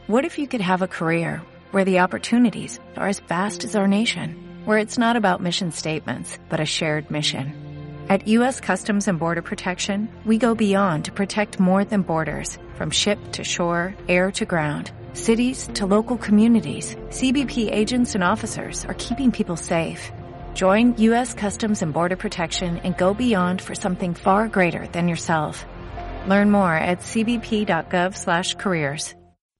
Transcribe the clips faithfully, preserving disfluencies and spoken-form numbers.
What if you could have a career where the opportunities are as vast as our nation, where it's not about mission statements, but a shared mission? At U S Customs and Border Protection, we go beyond to protect more than borders. From ship to shore, air to ground, cities to local communities, C B P agents and officers are keeping people safe. Join U S Customs and Border Protection and go beyond for something far greater than yourself. Learn more at c b p dot gov slash careers.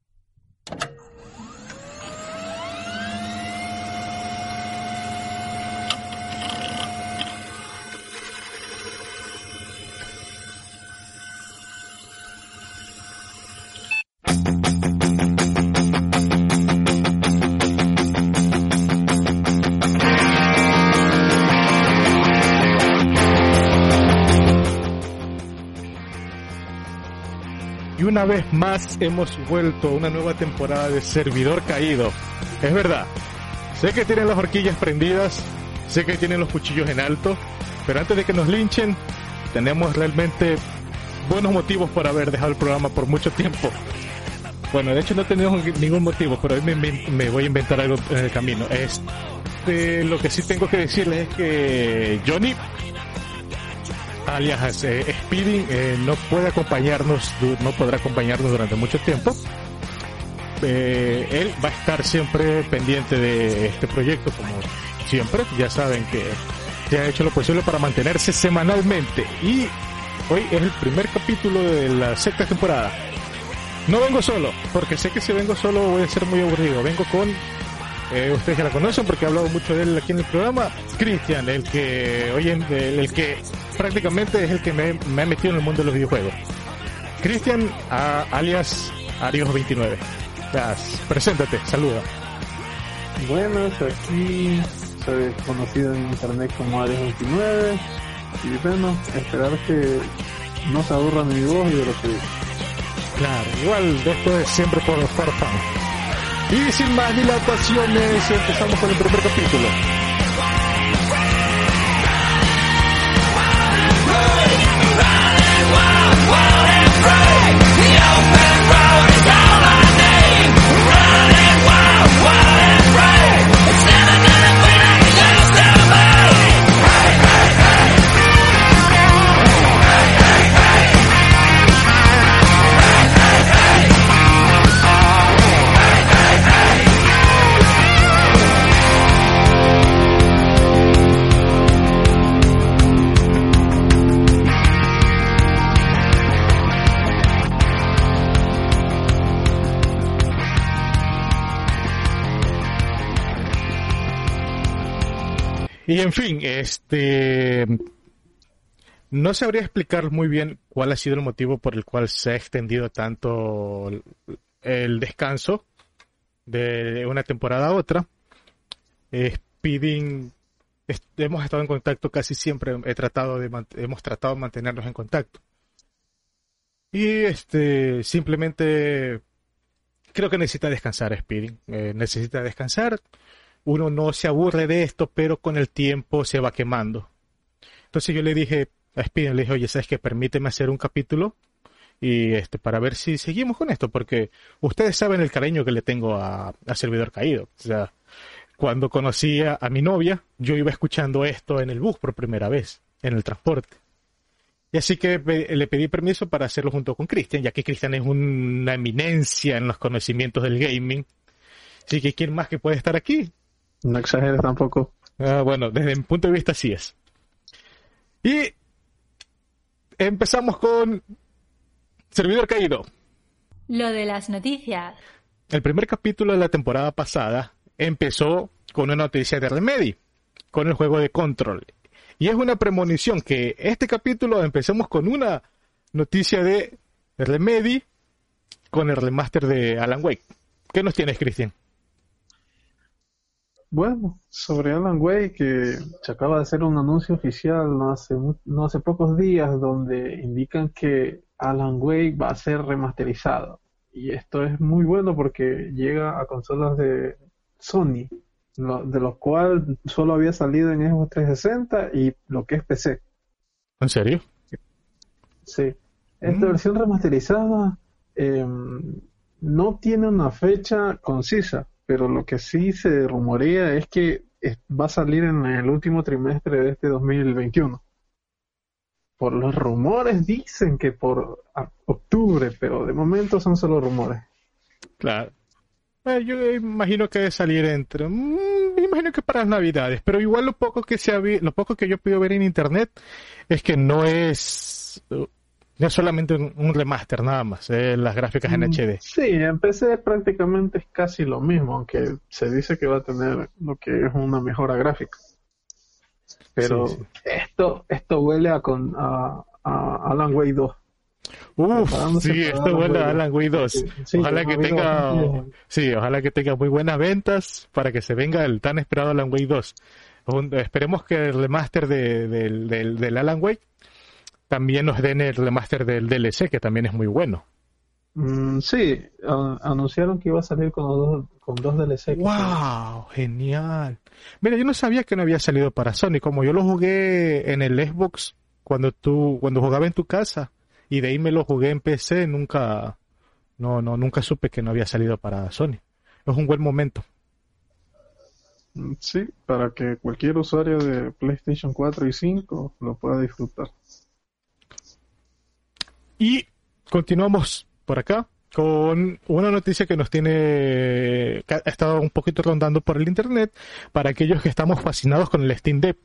Una vez más hemos vuelto a una nueva temporada de Servidor Caído. Es verdad, sé que tienen las horquillas prendidas, sé que tienen los cuchillos en alto, pero antes de que nos linchen, tenemos realmente buenos motivos por haber dejado el programa por mucho tiempo. Bueno, de hecho no tenemos ningún motivo, pero hoy me, me voy a inventar algo en el camino. Este, lo que sí tengo que decirles es que Johnny, alias eh, Speedy, eh, no puede acompañarnos, no podrá acompañarnos durante mucho tiempo. Eh, él va a estar siempre pendiente de este proyecto, como siempre. Ya saben que se ha hecho lo posible para mantenerse semanalmente. Y hoy es el primer capítulo de la sexta temporada. No vengo solo, porque sé que si vengo solo voy a ser muy aburrido. Vengo con, eh, ustedes ya la conocen porque he hablado mucho de él aquí en el programa, Cristian, el que, oye, el, el que prácticamente es el que me, me ha metido en el mundo de los videojuegos. Cristian, alias Arios veintinueve. Las, preséntate, saluda. Buenas, aquí soy conocido en internet como Arios veintinueve. Y bueno, esperar que no se aburran de mi voz y de lo que digo. Claro, igual esto es siempre por los fan. Y sin más dilataciones, empezamos con el primer capítulo. Y en fin, este no sabría explicar muy bien cuál ha sido el motivo por el cual se ha extendido tanto el descanso de una temporada a otra. Eh, Speeding, hemos estado en contacto casi siempre, he tratado de hemos tratado de mantenernos en contacto. Y este simplemente creo que necesita descansar Speeding, eh, necesita descansar. Uno no se aburre de esto, pero con el tiempo se va quemando. Entonces yo le dije a Speedy, le dije, oye, ¿sabes qué? Permíteme hacer un capítulo y este para ver si seguimos con esto, porque ustedes saben el cariño que le tengo a, a Servidor Caído. O sea, cuando conocí a, a mi novia, yo iba escuchando esto en el bus por primera vez, en el transporte. Y así que pe- le pedí permiso para hacerlo junto con Cristian, ya que Cristian es una eminencia en los conocimientos del gaming. Así que ¿quién más que puede estar aquí? No exageres tampoco. Ah, bueno, desde mi punto de vista sí es. Y empezamos con Servidor Caído. Lo de las noticias. El primer capítulo de la temporada pasada empezó con una noticia de Remedy, con el juego de Control. Y es una premonición que este capítulo empecemos con una noticia de Remedy con el remaster de Alan Wake. ¿Qué nos tienes, Cristian? Bueno, sobre Alan Wake, que se acaba de hacer un anuncio oficial no hace, mu- no hace pocos días donde indican que Alan Wake va a ser remasterizado. Y esto es muy bueno porque llega a consolas de Sony, lo- de los cuales solo había salido en Xbox trescientos sesenta y lo que es P C. ¿En serio? Sí. Esta Mm. versión remasterizada eh, no tiene una fecha concisa, pero lo que sí se rumorea es que es- va a salir en el último trimestre de este dos mil veintiuno. Por los rumores dicen que por a- octubre, pero de momento son solo rumores. Claro. Eh, yo imagino que debe salir entre, mm, me imagino que para las Navidades, pero igual lo poco que se ha vi- lo poco que yo puedo ver en internet es que no es, uh, no es solamente un, un remaster nada más, eh, las gráficas en Mm, H D. Sí, en P C prácticamente es casi lo mismo, aunque se dice que va a tener lo que es una mejora gráfica. Sí, Pero sí. esto, esto huele a, con, a, a Alan Wake dos, Uf, preparándose sí, para esto Alan huele Wake a dos. Alan Wake dos. Porque sí, Ojalá ha que habido tenga, bastante. sí, ojalá que tenga muy buenas ventas para que se venga el tan esperado Alan Wake dos. Un- esperemos que el remaster de, del, del, del Alan Wake también nos den el remaster del D L C, que también es muy bueno. Mm, sí, a- anunciaron que iba a salir con los dos, con dos D L C que tiene. ¡Wow! Genial. Mira, yo no sabía que no había salido para Sony. Como yo lo jugué en el Xbox cuando tú, cuando jugaba en tu casa, y de ahí me lo jugué en P C, nunca, no, no, nunca supe que no había salido para Sony. Es un buen momento. Mm, Sí, para que cualquier usuario de PlayStation cuatro y cinco lo pueda disfrutar. Y continuamos por acá con una noticia que nos tiene, que ha estado un poquito rondando por el internet para aquellos que estamos fascinados con el Steam Deck.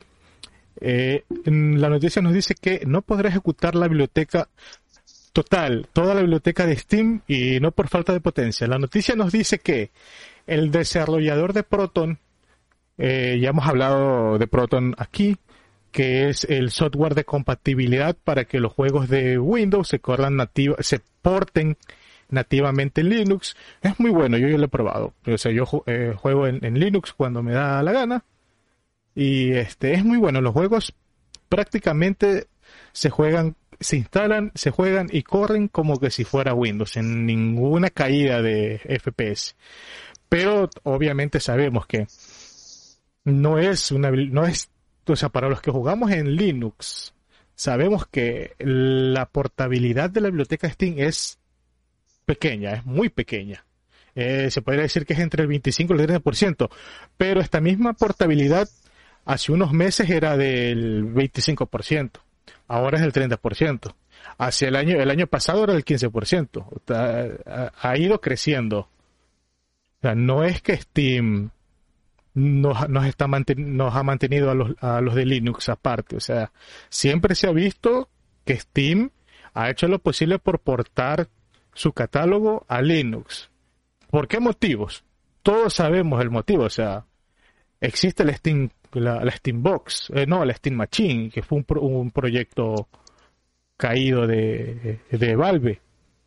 Eh, en la noticia nos dice que no podrá ejecutar la biblioteca total, toda la biblioteca de Steam y no por falta de potencia. La noticia nos dice que el desarrollador de Proton, eh, ya hemos hablado de Proton aquí, que es el software de compatibilidad para que los juegos de Windows se corran nativa, se porten nativamente en Linux. Es muy bueno, yo ya lo he probado. O sea, yo ju- eh, juego en, en Linux cuando me da la gana y este es muy bueno. Los juegos prácticamente se juegan, se instalan, se juegan y corren como que si fuera Windows, sin ninguna caída de F P S. Pero obviamente sabemos que no es una, habil- no es, o sea, para los que jugamos en Linux, sabemos que la portabilidad de la biblioteca Steam es pequeña, es muy pequeña. Eh, se podría decir que es entre el veinticinco y el treinta por ciento, pero esta misma portabilidad hace unos meses era del veinticinco por ciento, ahora es del treinta por ciento. Hacia el año, el año pasado era del quince por ciento. Ha, ha- ha ido creciendo. O sea, no es que Steam nos, nos, está manten- nos ha mantenido a los, a los de Linux aparte. O sea, siempre se ha visto que Steam ha hecho lo posible por portar su catálogo a Linux. ¿Por qué motivos? Todos sabemos el motivo. O sea, existe el Steam, la, la Steam Box, eh, no, la Steam Machine, que fue un, pro- un proyecto caído de, de Valve.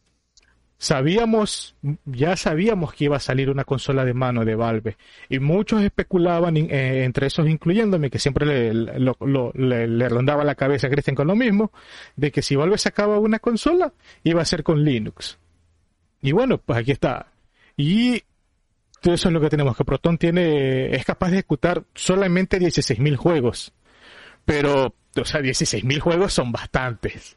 Sabíamos, ya sabíamos que iba a salir una consola de mano de Valve y muchos especulaban, eh, entre esos incluyéndome, que siempre le, lo- lo- le, le rondaba la cabeza a Cristian con lo mismo, de que si Valve sacaba una consola iba a ser con Linux. Y bueno, pues aquí está. Y todo eso es lo que tenemos, que Proton tiene, es capaz de ejecutar solamente dieciséis mil juegos, pero, o sea, dieciséis mil juegos son bastantes.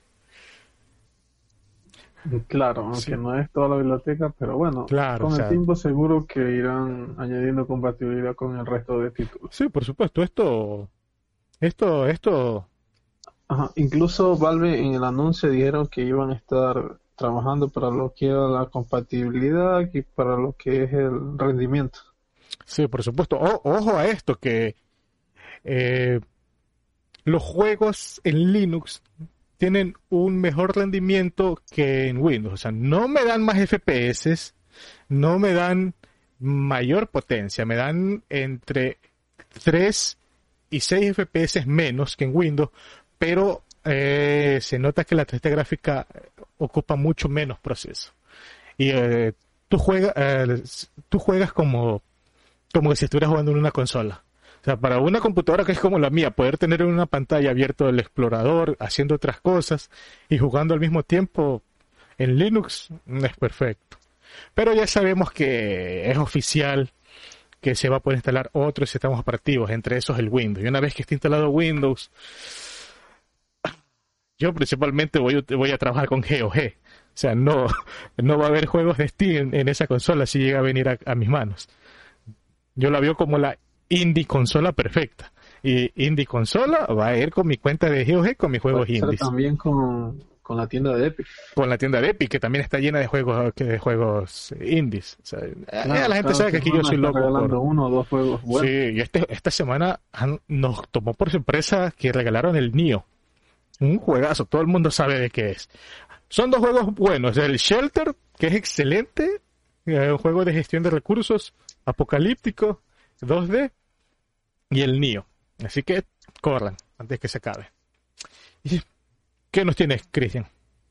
Claro, aunque Sí, no es toda la biblioteca, pero bueno, claro, o con el sea, tiempo seguro que irán añadiendo compatibilidad con el resto de títulos. sí, por supuesto, esto, esto, esto, Ajá, incluso Valve en el anuncio dijeron que iban a estar trabajando para lo que era la compatibilidad y para lo que es el rendimiento. sí, por supuesto. O- ojo a esto, que eh, los juegos en Linux tienen un mejor rendimiento que en Windows. O sea, no me dan más F P S, no me dan mayor potencia, me dan entre tres y seis F P S menos que en Windows, pero eh, se nota que la tarjeta gráfica ocupa mucho menos proceso. Y eh, tú, juegas, eh, tú juegas como, como que si estuvieras jugando en una consola. O sea, para una computadora que es como la mía, poder tener en una pantalla abierto el explorador, haciendo otras cosas y jugando al mismo tiempo en Linux, mm, es perfecto. Pero ya sabemos que es oficial que se va a poder instalar otros sistemas operativos, entre esos el Windows. Y una vez que esté instalado Windows, yo principalmente voy, voy a trabajar con G O G. sea, no, no va a haber juegos de Steam en, en esa consola si llega a venir a, a mis manos. Yo la veo como la indie consola perfecta. Y indie consola va a ir con mi cuenta de G O G con mis juegos Puede ser indies. también con, con la tienda de Epic. Con la tienda de Epic, que también está llena de juegos de juegos indies. O sea, Claro, la gente cada sabe que aquí yo semana soy está loco regalando por... uno o dos juegos buenos. Sí, y este, esta semana han- nos tomó por sorpresa que regalaron el Nioh. Un juegazo, todo el mundo sabe de qué es. Son dos juegos buenos. El Shelter, que es excelente, eh, un juego de gestión de recursos, apocalíptico, dos D, y el Nioh. Así que corran antes que se acabe. ¿Y qué nos tienes, Cristian?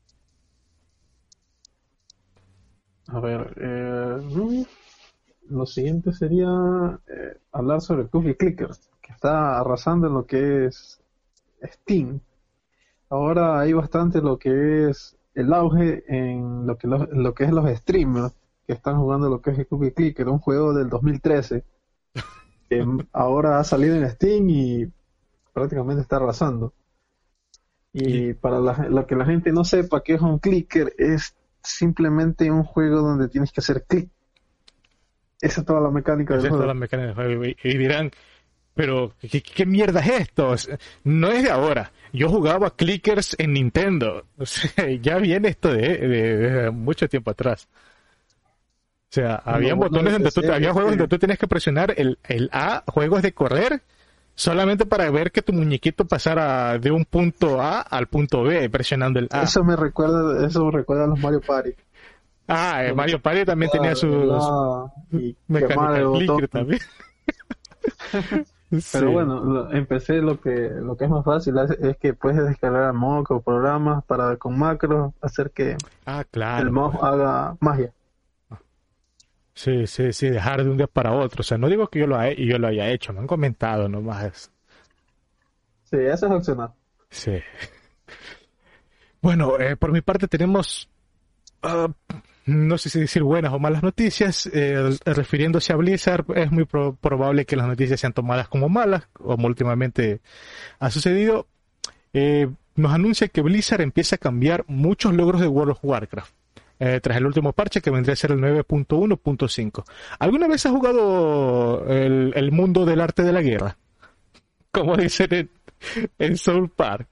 A ver, eh, mm, lo siguiente sería eh, hablar sobre Cookie Clicker, que está arrasando en lo que es Steam. Ahora hay bastante lo que es el auge en lo que, lo, lo que es los streamers que están jugando lo que es el Cookie Clicker, un juego del dos mil trece que ahora ha salido en Steam y prácticamente está arrasando. Y para la, lo que la gente no sepa que es un clicker, es simplemente un juego donde tienes que hacer clic. Esa es toda la mecánica Esa del es toda la juego. mecánica del juego. Y, y dirán, pero ¿qué, qué mierda es esto? O sea, no es de ahora. Yo jugaba clickers en Nintendo. O sea, ya viene esto de, de- de mucho tiempo atrás. O sea, Bueno, había bueno, botones donde tú, ese- había juegos ese- donde tú tenías que presionar el, el A, juegos de correr, solamente para ver que tu muñequito pasara de un punto A al punto B, presionando el A. Eso me recuerda, eso me recuerda a los Mario Party. Ah, eh, Mario Party también tenía sus La- y quemar mecánicas el botón. clicker también. Pero Sí. bueno, lo- empecé lo que lo que es más fácil es, es que puedes descargar mock o programas para con macros hacer que Ah, el claro. mouse haga magia. Sí, sí, sí, dejar de un día para otro. O sea, no digo que yo lo, ha- yo lo haya hecho, me han comentado nomás. Sí, eso es opcional. Sí. Bueno, eh, por mi parte tenemos, ah, no sé si decir buenas o malas noticias. Eh, refiriéndose a Blizzard, es muy pro- probable que las noticias sean tomadas como malas, como últimamente ha sucedido. Eh, nos anuncia que Blizzard empieza a cambiar muchos logros de World of Warcraft. Eh, tras el último parche que vendría a ser el nueve punto uno punto cinco. ¿Alguna vez has jugado el, el mundo del arte de la guerra? Como dicen en, en South Park.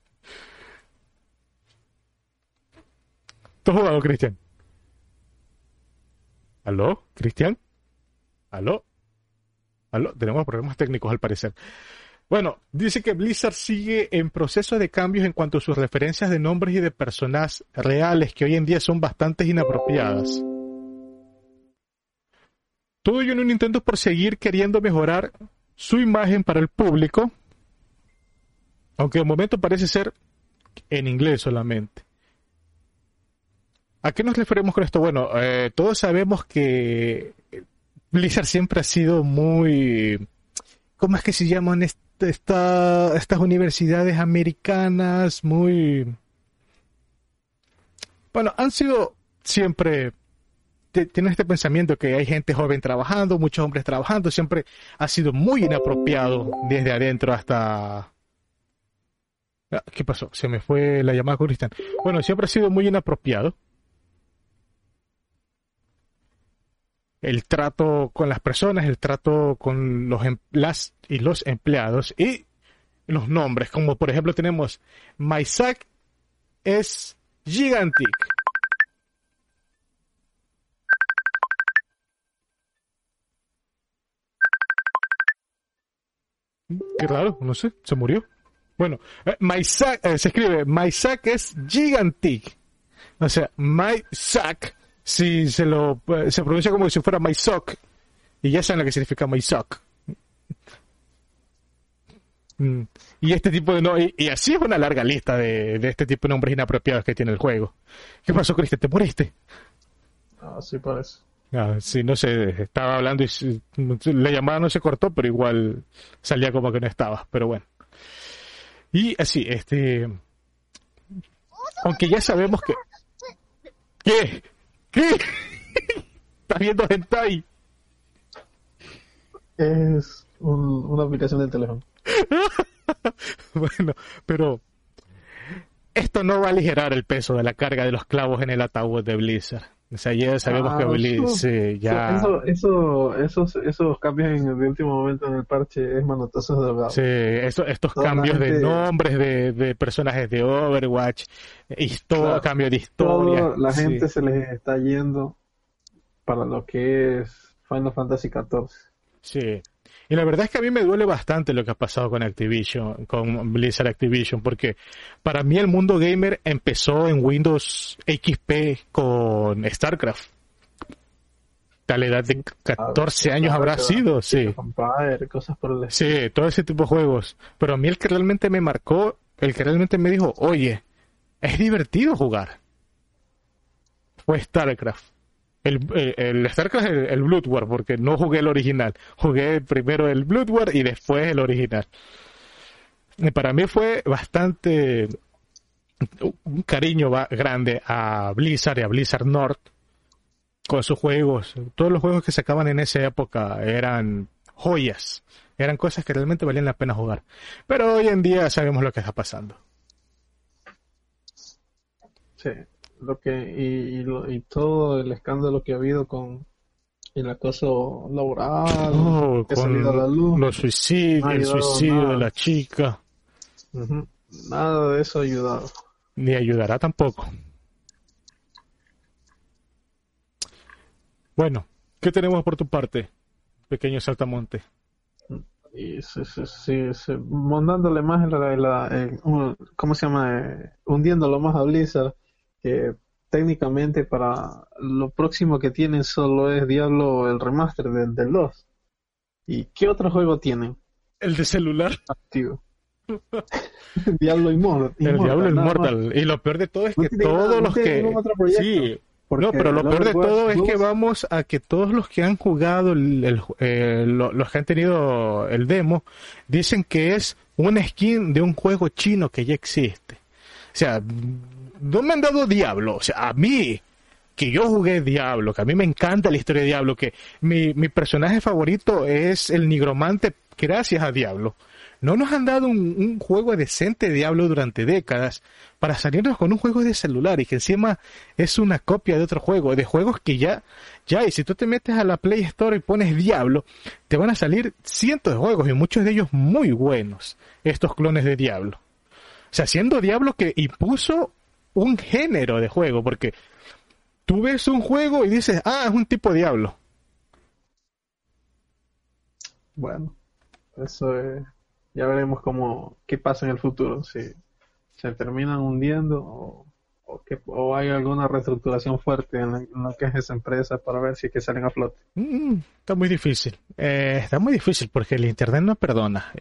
¿Tú has jugado, Cristian? ¿Aló, Cristian? ¿Aló? ¿Aló? Tenemos problemas técnicos al parecer. Bueno, dice que Blizzard sigue en proceso de cambios en cuanto a sus referencias de nombres y de personas reales que hoy en día son bastante inapropiadas. Todo ello en un intento por seguir queriendo mejorar su imagen para el público, aunque de momento parece ser en inglés solamente. ¿A qué nos referimos con esto? Bueno, eh, todos sabemos que Blizzard siempre ha sido muy... ¿Cómo es que se llaman est- esta- estas universidades americanas? Muy... Bueno, han sido siempre... te- Tienen este pensamiento que hay gente joven trabajando, muchos hombres trabajando, siempre ha sido muy inapropiado desde adentro hasta... Ah, ¿qué pasó? Se me fue la llamada con Cristian. Bueno, siempre ha sido muy inapropiado el trato con las personas, el trato con los em- las y los empleados y los nombres, como por ejemplo tenemos Mysak es Gigantic. Qué raro, no sé, se murió. Bueno, eh, Mysak, eh, se escribe Mysak es Gigantic. O sea, Mysak, si se lo eh, se pronuncia como si fuera Mysock. Y ya saben lo que significa Mysock. Mm, Y este tipo de no, y, y así es una larga lista de, de este tipo de nombres inapropiados que tiene el juego. ¿Qué pasó, Cristian? ¿Te moriste? Así parece. Ah, sí, no sé, estaba hablando y s- la llamada no se cortó, pero igual salía como que no estaba, pero bueno. Y así, este, aunque ya sabemos que... ¿Qué? ¿Qué? ¿Estás viendo hentai? Es un- una aplicación del teléfono. Bueno, pero esto no va a aligerar el peso de la carga de los clavos en el ataúd de Blizzard. O sea, ya sabemos Ah, que Blizzard eso- sí, ya... Eso, eso, esos, esos cambios en el último momento en el parche es manotazos de ahogado. Sí, eso- estos Toda la cambios de gente- nombres de, de personajes de Overwatch, historia, Claro. cambio de historia. Todo la sí. gente se les está yendo para lo que es Final Fantasy catorce. Sí. Y la verdad es que a mí me duele bastante lo que ha pasado con Activision, con Blizzard Activision, porque para mí el mundo gamer empezó en Windows X P con StarCraft. A la edad de catorce años habrá sido, sí. Vampire, cosas por el estilo. Sí, todo ese tipo de juegos. Pero a mí el que realmente me marcó, el que realmente me dijo, oye, es divertido jugar, fue StarCraft. El, el, el StarCraft, el, el Blood War, porque no jugué el original. Jugué primero el Blood War y después el original. Y para mí fue bastante un cariño va- grande a Blizzard y a Blizzard North con sus juegos. Todos los juegos que sacaban en esa época eran joyas. Eran cosas que realmente valían la pena jugar. Pero hoy en día sabemos lo que está pasando. Sí, lo que y, y, lo- y todo el escándalo que ha habido con el acoso laboral, Oh, que ha con salido a la luz. los suicidios, No ha el ayudado suicidio nada. de la chica. Ujú. Nada de eso ha ayudado. Ni ayudará tampoco. Bueno, ¿qué tenemos por tu parte, pequeño saltamonte? Y se, se, se, se- mandándole más la, la- el- un- ¿cómo se llama? Eh, hundiéndolo más a Blizzard, que técnicamente para lo próximo que tienen solo es Diablo el remaster del, del dos. ¿Y qué otro juego tienen El de celular. activo? Diablo Immortal. El Diablo nada más. Inmortal. Y lo peor de todo es No que tiene nada- todos no los tiene que... ningún otro proyecto. Sí, Porque no, pero lo el peor de Overwatch todo es que dos- vamos a que todos los que han jugado, el, el- eh, lo- los que han tenido el demo, dicen que es una skin de un juego chino que ya existe. O sea, no me han dado Diablo. O sea, a mí, que yo jugué Diablo, que a mí me encanta la historia de Diablo, que mi, mi personaje favorito es el nigromante gracias a Diablo. No nos han dado un, un juego decente de Diablo durante décadas para salirnos con un juego de celular y que encima es una copia de otro juego, de juegos que ya, ya, y si tú te metes a la Play Store y pones Diablo, te van a salir cientos de juegos y muchos de ellos muy buenos, estos clones de Diablo. O sea, siendo Diablo que impuso un género de juego, porque tú ves un juego y dices, ah, es un tipo Diablo. Bueno, eso es, ya veremos cómo, qué pasa en el futuro, si se terminan hundiendo o, o, que, o hay alguna reestructuración fuerte en, la- en lo que es esa empresa para ver si es que salen a flote. Mm, está muy difícil. Eh, está muy difícil porque el internet no perdona.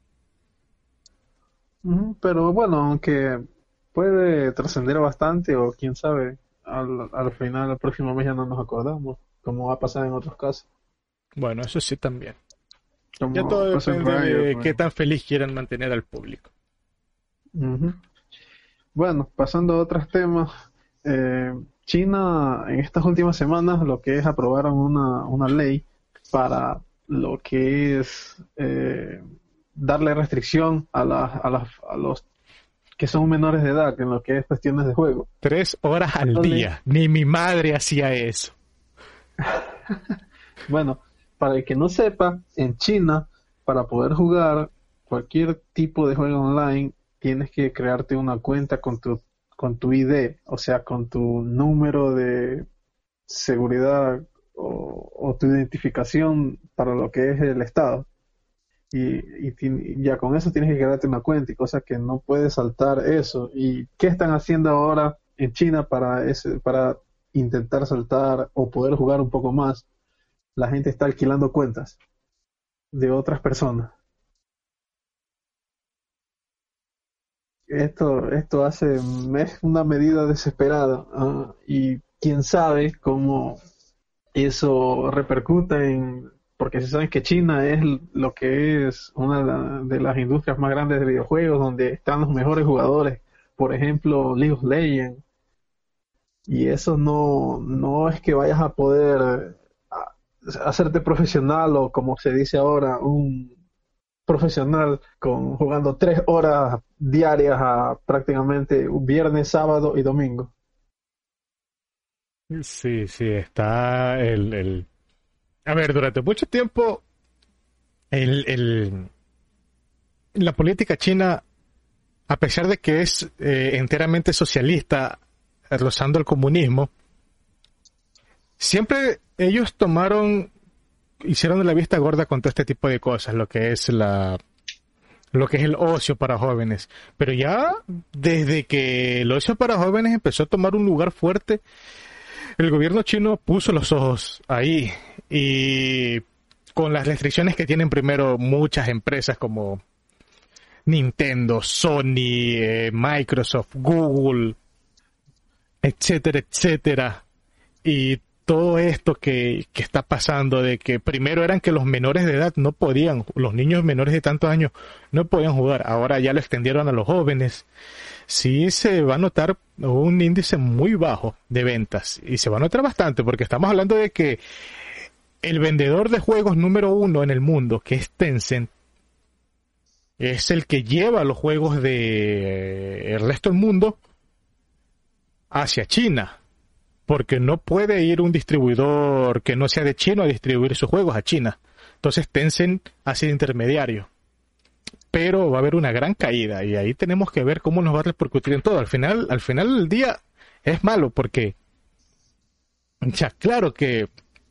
Ujú. Pero bueno, aunque puede trascender bastante o quién sabe, al, al final, el próximo mes ya no nos acordamos, como va a pasar en otros casos. Bueno, eso sí también. Como Ya todo pasó en depende Riot, de por qué tan feliz quieran mantener al público. Ujú. Bueno, pasando a otros temas, eh, China en estas últimas semanas lo que es aprobaron una, una ley para lo que es eh, darle restricción a, las a, las a los que son menores de edad en lo que es cuestiones de juego. Tres horas al Dándole- día. Ni mi madre hacía eso. Bueno, para el que no sepa, en China, para poder jugar cualquier tipo de juego online, tienes que crearte una cuenta con tu, con tu I D, o sea, con tu número de seguridad o, o tu identificación para lo que es el estado. Y, y ti- y ya con eso tienes que crearte una cuenta y cosa que no puedes saltar eso. ¿Y qué están haciendo ahora en China para ese, para intentar saltar o poder jugar un poco más? La gente está alquilando cuentas de otras personas. Esto, esto hace, es una medida desesperada, ah, y quién sabe cómo eso repercuta en, porque se saben que China es lo que es una de la- de las industrias más grandes de videojuegos, donde están los mejores jugadores, por ejemplo, League of Legends, y eso no, no es que vayas a poder eh, a- hacerte profesional o como se dice ahora, un profesional con jugando tres horas diarias a prácticamente viernes, sábado y domingo. Sí, sí, está el, el... A ver, durante mucho tiempo el, el... la política china, a pesar de que es eh, enteramente socialista, rozando el comunismo, siempre ellos tomaron, hicieron de la vista gorda con todo este tipo de cosas, lo que es la, lo que es el ocio para jóvenes. Pero ya desde que el ocio para jóvenes empezó a tomar un lugar fuerte, el gobierno chino puso los ojos ahí, y con las restricciones que tienen primero muchas empresas como Nintendo, Sony, eh, Microsoft, Google, etcétera, etcétera, y todo esto que, que está pasando, de que primero eran que los menores de edad no podían, los niños menores de tantos años no podían jugar, ahora ya lo extendieron a los jóvenes. Sí se va a notar un índice muy bajo de ventas, y se va a notar bastante porque estamos hablando de que el vendedor de juegos número uno en el mundo, que es Tencent, es el que lleva los juegos de el resto del mundo hacia China, porque no puede ir un distribuidor que no sea de chino a distribuir sus juegos a China. Entonces Tencent ha sido intermediario. Pero va a haber una gran caída, y ahí tenemos que ver cómo nos va a repercutir en todo. Al final, al final del día es malo, porque ya claro que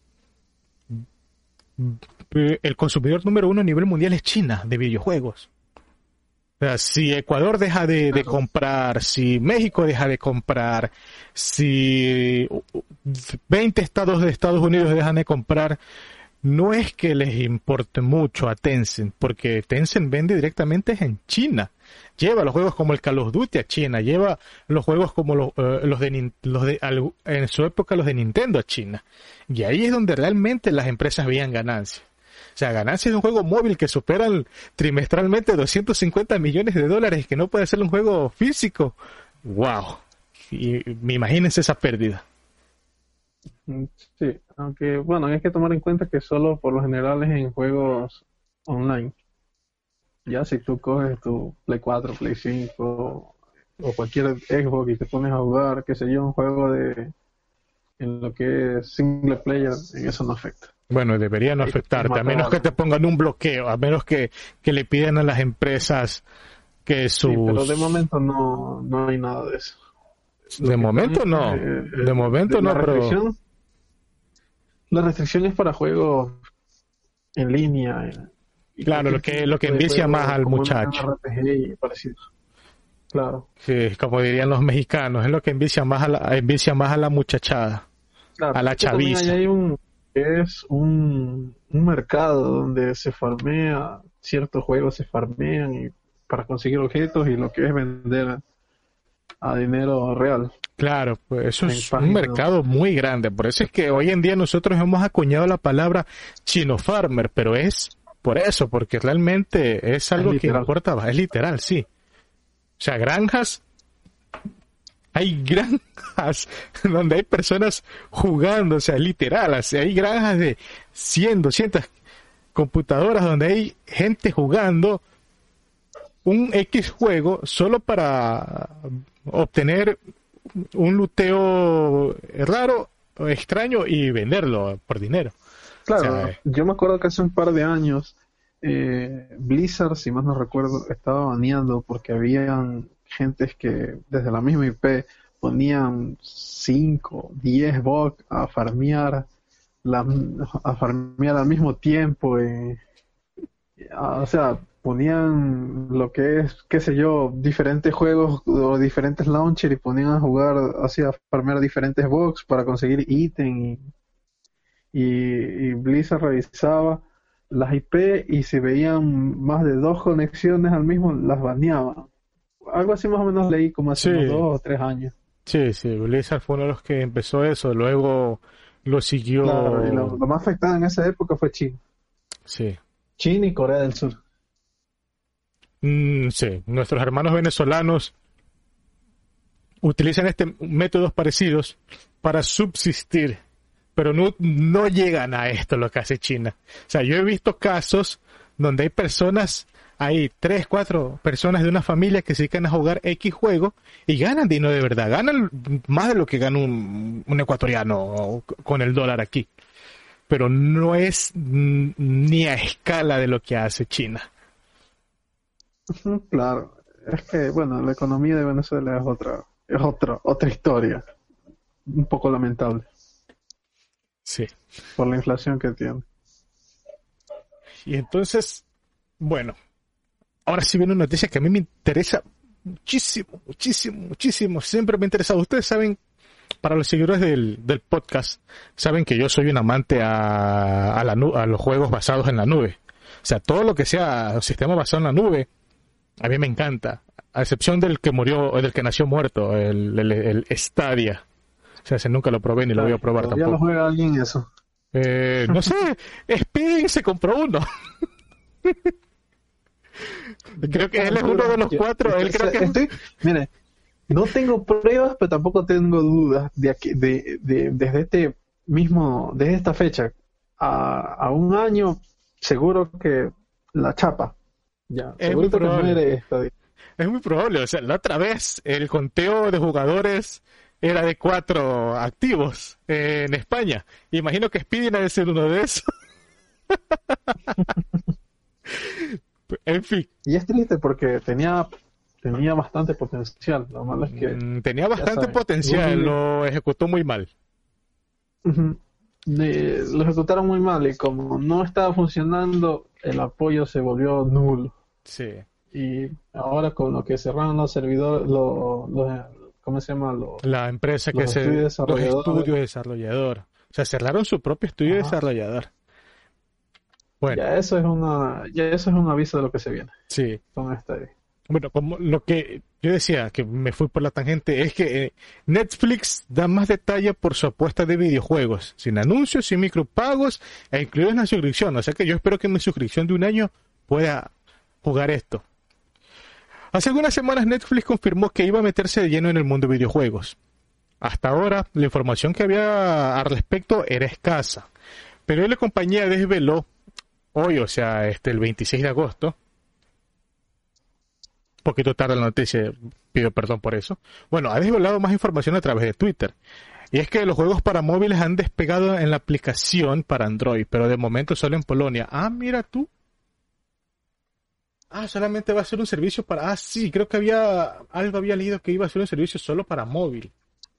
el consumidor número uno a nivel mundial es China de videojuegos. O sea, si Ecuador deja de, de comprar, si México deja de comprar, si veinte estados de Estados Unidos dejan de comprar, no es que les importe mucho a Tencent, porque Tencent vende directamente en China. Lleva los juegos como el Call of Duty a China, lleva los juegos como los, uh, los de, los de en su época los de Nintendo a China. Y ahí es donde realmente las empresas veían ganancias. O sea, ganancias de un juego móvil que superan trimestralmente doscientos cincuenta millones de dólares, que no puede ser un juego físico. ¡Wow! Y me imagínense esa pérdida. Sí, aunque bueno, hay que tomar en cuenta que solo por lo general es en juegos online. Ya si tú coges tu Play cuatro, Play cinco o cualquier Xbox y te pones a jugar, qué sé yo, un juego de en lo que es single player, en eso no afecta. Bueno, debería no afectarte, a menos que te pongan un bloqueo, a menos que, que le pidan a las empresas que sus... Sí, pero de momento no, no hay nada de eso. De momento no, eh, de momento de no, la pero... restricción, la restricción es para juegos en línea. Y claro, lo que lo que envicia más al muchacho. R P G y parecidos. Claro. Sí, como dirían los mexicanos, es lo que envicia más a la, envicia más a la muchachada, claro, a la chaviza. Hay un, es un, un mercado donde se farmea, ciertos juegos se farmean y para conseguir objetos, y lo que es vender a dinero real. Claro, pues eso en es páginas. Un mercado muy grande. Por eso es que hoy en día nosotros hemos acuñado la palabra chino farmer, pero es por eso, porque realmente es algo Es que importa, es literal, sí. O sea, granjas, hay granjas donde hay personas jugando, o sea, literal, o sea, hay granjas de cien, doscientas computadoras donde hay gente jugando un X juego solo para obtener un luteo raro o extraño y venderlo por dinero. Claro, O sea, yo me acuerdo que hace un par de años eh, Blizzard, si más no recuerdo, estaba baneando porque habían gentes que desde la misma I P ponían cinco, diez bots a farmear la, a farmear al mismo tiempo, eh, o sea, ponían lo que es, qué sé yo, diferentes juegos o diferentes launchers y ponían a jugar, hacia farmear diferentes bots para conseguir ítem, y, y, y Blizzard revisaba las I P y si veían más de dos conexiones al mismo, las baneaba. Algo así más o menos leí como hace Sí. unos dos o tres años. sí, sí, Blizzard fue uno de los que empezó eso, luego lo siguió... Claro, y lo, lo más afectado en esa época fue China. Sí. China y Corea del Sur. Mm, sí, nuestros hermanos venezolanos utilizan este métodos parecidos para subsistir, pero no, no llegan a esto lo que hace China. O sea, yo he visto casos donde hay personas, hay tres, cuatro personas de una familia que se dedican a jugar X juego y ganan dinero de verdad, ganan más de lo que gana un, un ecuatoriano con el dólar aquí, pero no es ni a escala de lo que hace China. Claro, es que bueno, la economía de Venezuela es otra, es otra, otra historia, un poco lamentable. Sí. Por la inflación que tiene. Y entonces, bueno, ahora sí viene una noticia que a mí me interesa muchísimo, muchísimo, muchísimo. Siempre me ha interesado. Ustedes saben, para los seguidores del, del podcast, saben que yo soy un amante a, a, la nu- a los juegos basados en la nube. O sea, todo lo que sea un sistema basado en la nube, a mí me encanta. A excepción del que murió, o del que nació muerto, el, el, el Stadia. O sea, ese nunca lo probé ni lo voy a probar ¿Todavía tampoco. lo juega alguien eso? Eh, no sé, Speedy se compró uno. Creo que él es uno de los cuatro. Él creo que... Estoy, mire, no tengo pruebas, pero tampoco tengo dudas de, aquí, de, de desde este mismo, desde esta fecha a, a un año, seguro que la chapa. Ya, Es seguro muy que probable. muere esta. Es muy probable. O sea, la otra vez el conteo de jugadores era de cuatro activos eh, en España. Imagino que Speedy debe ser uno de esos. En fin. Y es triste porque tenía tenía bastante potencial. Lo malo es que mm, tenía bastante saben, potencial, muy- lo ejecutó muy mal. Ujú. De- lo ejecutaron muy mal y como no estaba funcionando, el apoyo se volvió nulo. Sí. Y ahora con lo que cerraron los servidores, los, los- ¿cómo se llama? Los, La empresa que Los se... estudios Los desarrolladores. estudios desarrollador. O sea, cerraron su propio estudio Ajá. desarrollador. Bueno, ya eso es una, ya eso es un aviso de lo que se viene sí. con este. Bueno, como lo que yo decía, que me fui por la tangente, es que eh, Netflix da más detalle por su apuesta de videojuegos, sin anuncios, sin micropagos, e incluidos en la suscripción. O sea que yo espero que en mi suscripción de un año pueda jugar esto. Hace algunas semanas Netflix confirmó que iba a meterse de lleno en el mundo de videojuegos. Hasta ahora, la información que había al respecto era escasa. Pero hoy la compañía desveló, hoy, o sea, este, el veintiséis de agosto, un poquito tarde la noticia, pido perdón por eso. Bueno, ha desvelado más información a través de Twitter. Y es que los juegos para móviles han despegado en la aplicación para Android, pero de momento solo en Polonia. Ah, mira tú. Ah, solamente va a ser un servicio para... Ah, sí, creo que había... Algo había leído que iba a ser un servicio solo para móvil.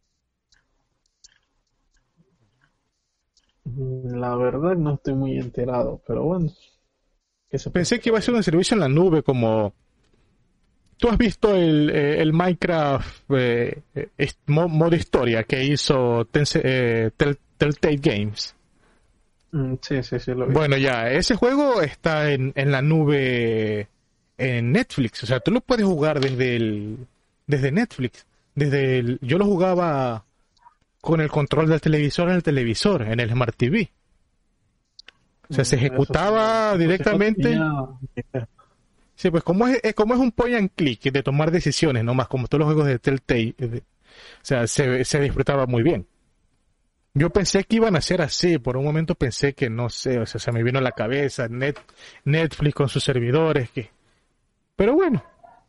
La verdad no estoy muy enterado, pero bueno. ¿Qué se puede Pensé que iba a ser un servicio en la nube como... ¿Tú has visto el, eh, el Minecraft eh, eh, mo- modo historia que hizo Tense- eh, Tell- Telltale Games? Mm, sí, sí, sí, lo vi. Bueno, ya, ese juego está en, en la nube en Netflix. O sea, tú lo puedes jugar desde el desde Netflix. Desde el, yo lo jugaba con el control del televisor en el televisor, en el Smart T V. O sea, se Mm, eso ejecutaba sí, eso sí no directamente. tenía- Sí, pues como es, es- como es un point and click de tomar decisiones, nomás como todos los juegos de Telltale, eh, de- o sea, se, se disfrutaba muy bien. Yo pensé que iban a ser así, por un momento pensé que no sé, o sea, se me vino a la cabeza Net, Netflix con sus servidores, que, pero bueno,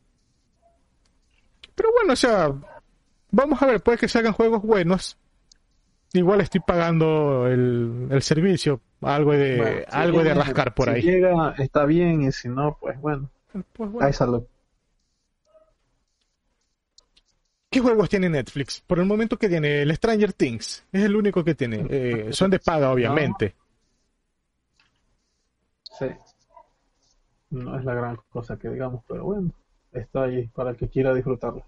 pero bueno, o sea, vamos a ver, puede que se hagan juegos buenos. Igual estoy pagando el, el servicio, algo de, Bueno, si algo de viene- rascar por si ahí. llega, está bien, y si no, pues bueno, Pues bueno. hay salud. ¿Qué juegos tiene Netflix? Por el momento que tiene el Stranger Things. Es el único que tiene. Eh, son de paga, obviamente. Sí. No es la gran cosa que digamos, pero bueno, está ahí para el que quiera disfrutarlo.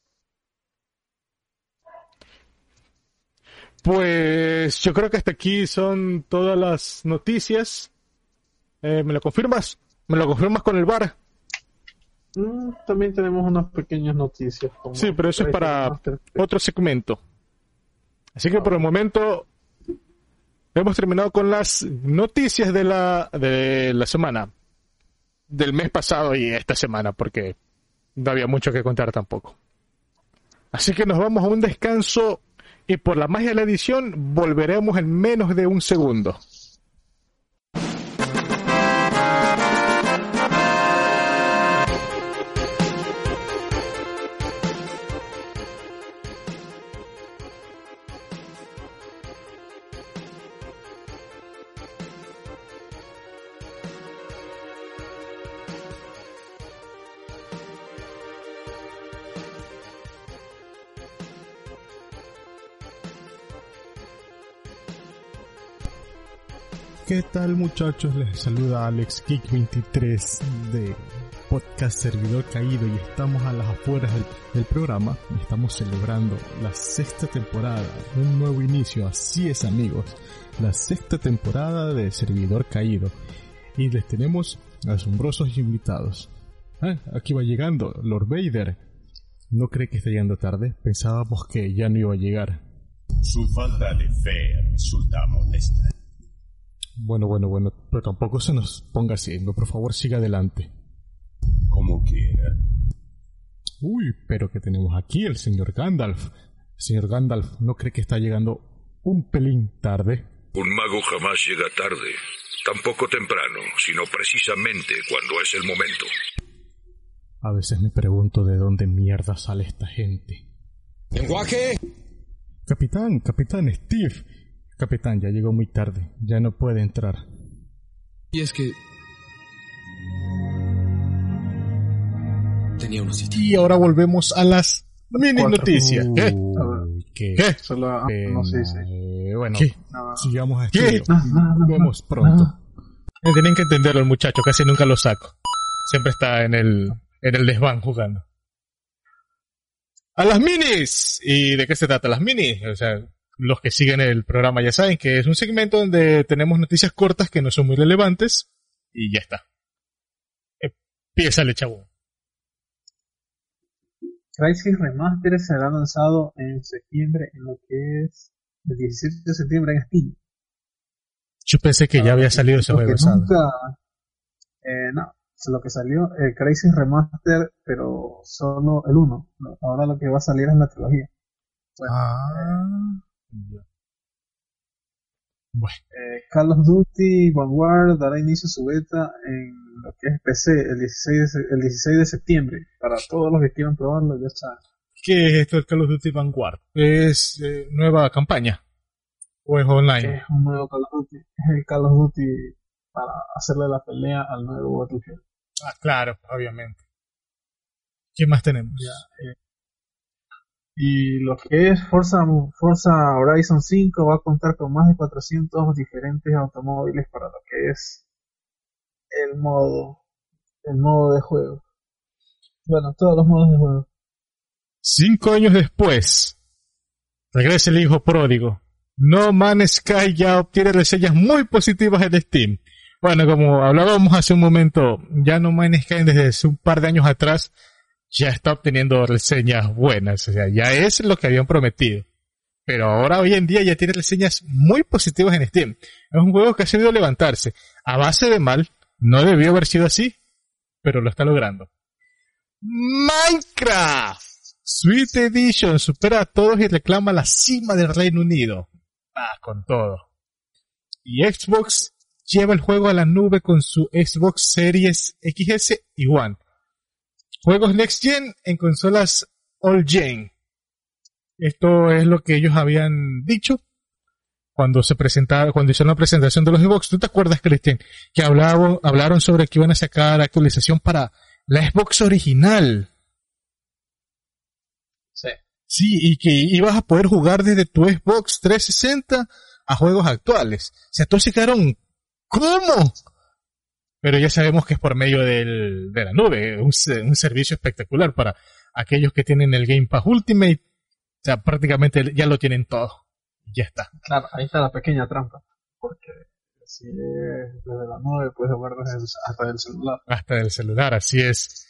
Pues yo creo que hasta aquí son todas las noticias. Eh, ¿Me lo confirmas? ¿Me lo confirmas con el bar? Mm, también tenemos unas pequeñas noticias. Como Sí, pero eso es para Master- otro segmento. Así que por el momento hemos terminado con las noticias de la, de la semana. Del mes pasado y esta semana, porque no había mucho que contar tampoco. Así que nos vamos a un descanso y por la magia de la edición volveremos en menos de un segundo. ¿Qué tal, muchachos? Les saluda Alex Geek veintitrés de Podcast Servidor Caído y estamos a las afueras del, del programa. Estamos celebrando la sexta temporada, un nuevo inicio. Así es, amigos, la sexta temporada de Servidor Caído y les tenemos asombrosos invitados. Ah, aquí va llegando Lord Vader. ¿No cree que está llegando tarde? Pensábamos que ya no iba a llegar. Su falta de fe resulta molesta. Bueno, bueno, bueno, pero tampoco se nos ponga así. Por favor, siga adelante. Como quiera. Uy, pero que tenemos aquí el señor Gandalf. Señor Gandalf, ¿no cree que está llegando un pelín tarde? Un mago jamás llega tarde, tampoco temprano, sino precisamente cuando es el momento. A veces me pregunto de dónde mierda sale esta gente. ¿Lenguaje? Capitán, capitán Steve. Capitán, ya llegó muy tarde, ya no puede entrar. Y es que... tenía una cita. Y ahora volvemos a las mini noticias. ¿Qué? Uy, ¿Qué? ¿Qué? Solo, ah, no sé, sí. Eh, bueno, ¿Qué? sigamos a ¿Qué? estudio. No, no, no, Vemos no, pronto. no. Tienen que entenderlo el muchacho, casi nunca lo saco. Siempre está en el, en el desván jugando. ¡A las minis! ¿Y de qué se trata las minis? O sea, los que siguen el programa ya saben que es un segmento donde tenemos noticias cortas que no son muy relevantes y ya está. Empieza el chabón. Crysis Remaster será lanzado en septiembre, en lo que es el diecisiete de septiembre en Steam. Yo pensé que ya había salido ese juego, ¿sabes? Nunca, eh, no, lo que salió, el Crysis Remaster, pero solo el uno. Ahora lo que va a salir es la trilogía. Bueno, Ah, ya. Bueno. eh, Call of Duty Vanguard dará inicio a su beta en lo que es P C el dieciséis, de, el dieciséis de septiembre. Para todos los que quieran probarlo, ya saben. ¿Qué es esto del Call of Duty Vanguard? ¿Es eh, nueva campaña? ¿O es online? Es un nuevo Call of Duty. Es el Call of Duty para hacerle la pelea al nuevo Battlefield. Ah, claro, obviamente. ¿Qué más tenemos? Ya, eh, y lo que es Forza, Forza Horizon cinco va a contar con más de cuatrocientos diferentes automóviles para lo que es el modo el modo de juego. Bueno, todos los modos de juego. Cinco años después, regresa el hijo pródigo. No Man's Sky ya obtiene reseñas muy positivas en Steam. Bueno, como hablábamos hace un momento, ya No Man's Sky desde hace un par de años atrás ya está obteniendo reseñas buenas. O sea, ya es lo que habían prometido. Pero ahora, hoy en día, ya tiene reseñas muy positivas en Steam. Es un juego que ha sabido levantarse. A base de mal, no debió haber sido así, pero lo está logrando. Minecraft Sweet Edition supera a todos y reclama la cima del Reino Unido. Ah, con todo. Y Xbox lleva el juego a la nube con su Xbox Series X S y One. Juegos Next Gen en consolas All Gen. Esto es lo que ellos habían dicho cuando se presentaron, cuando hicieron la presentación de los Xbox. ¿Tú te acuerdas, Cristian? Que hablaron, hablaron sobre que iban a sacar actualización para la Xbox original. Sí. Sí, y que ibas a poder jugar desde tu Xbox trescientos sesenta a juegos actuales. O sea, todos se quedaron, ¿cómo? Pero ya sabemos que es por medio del, de la nube, un, un servicio espectacular para aquellos que tienen el Game Pass Ultimate. O sea, prácticamente ya lo tienen todo. Ya está. Claro, ahí está la pequeña trampa. Porque si es desde la nube, puedes jugar desde el, hasta del celular. Hasta del celular, así es.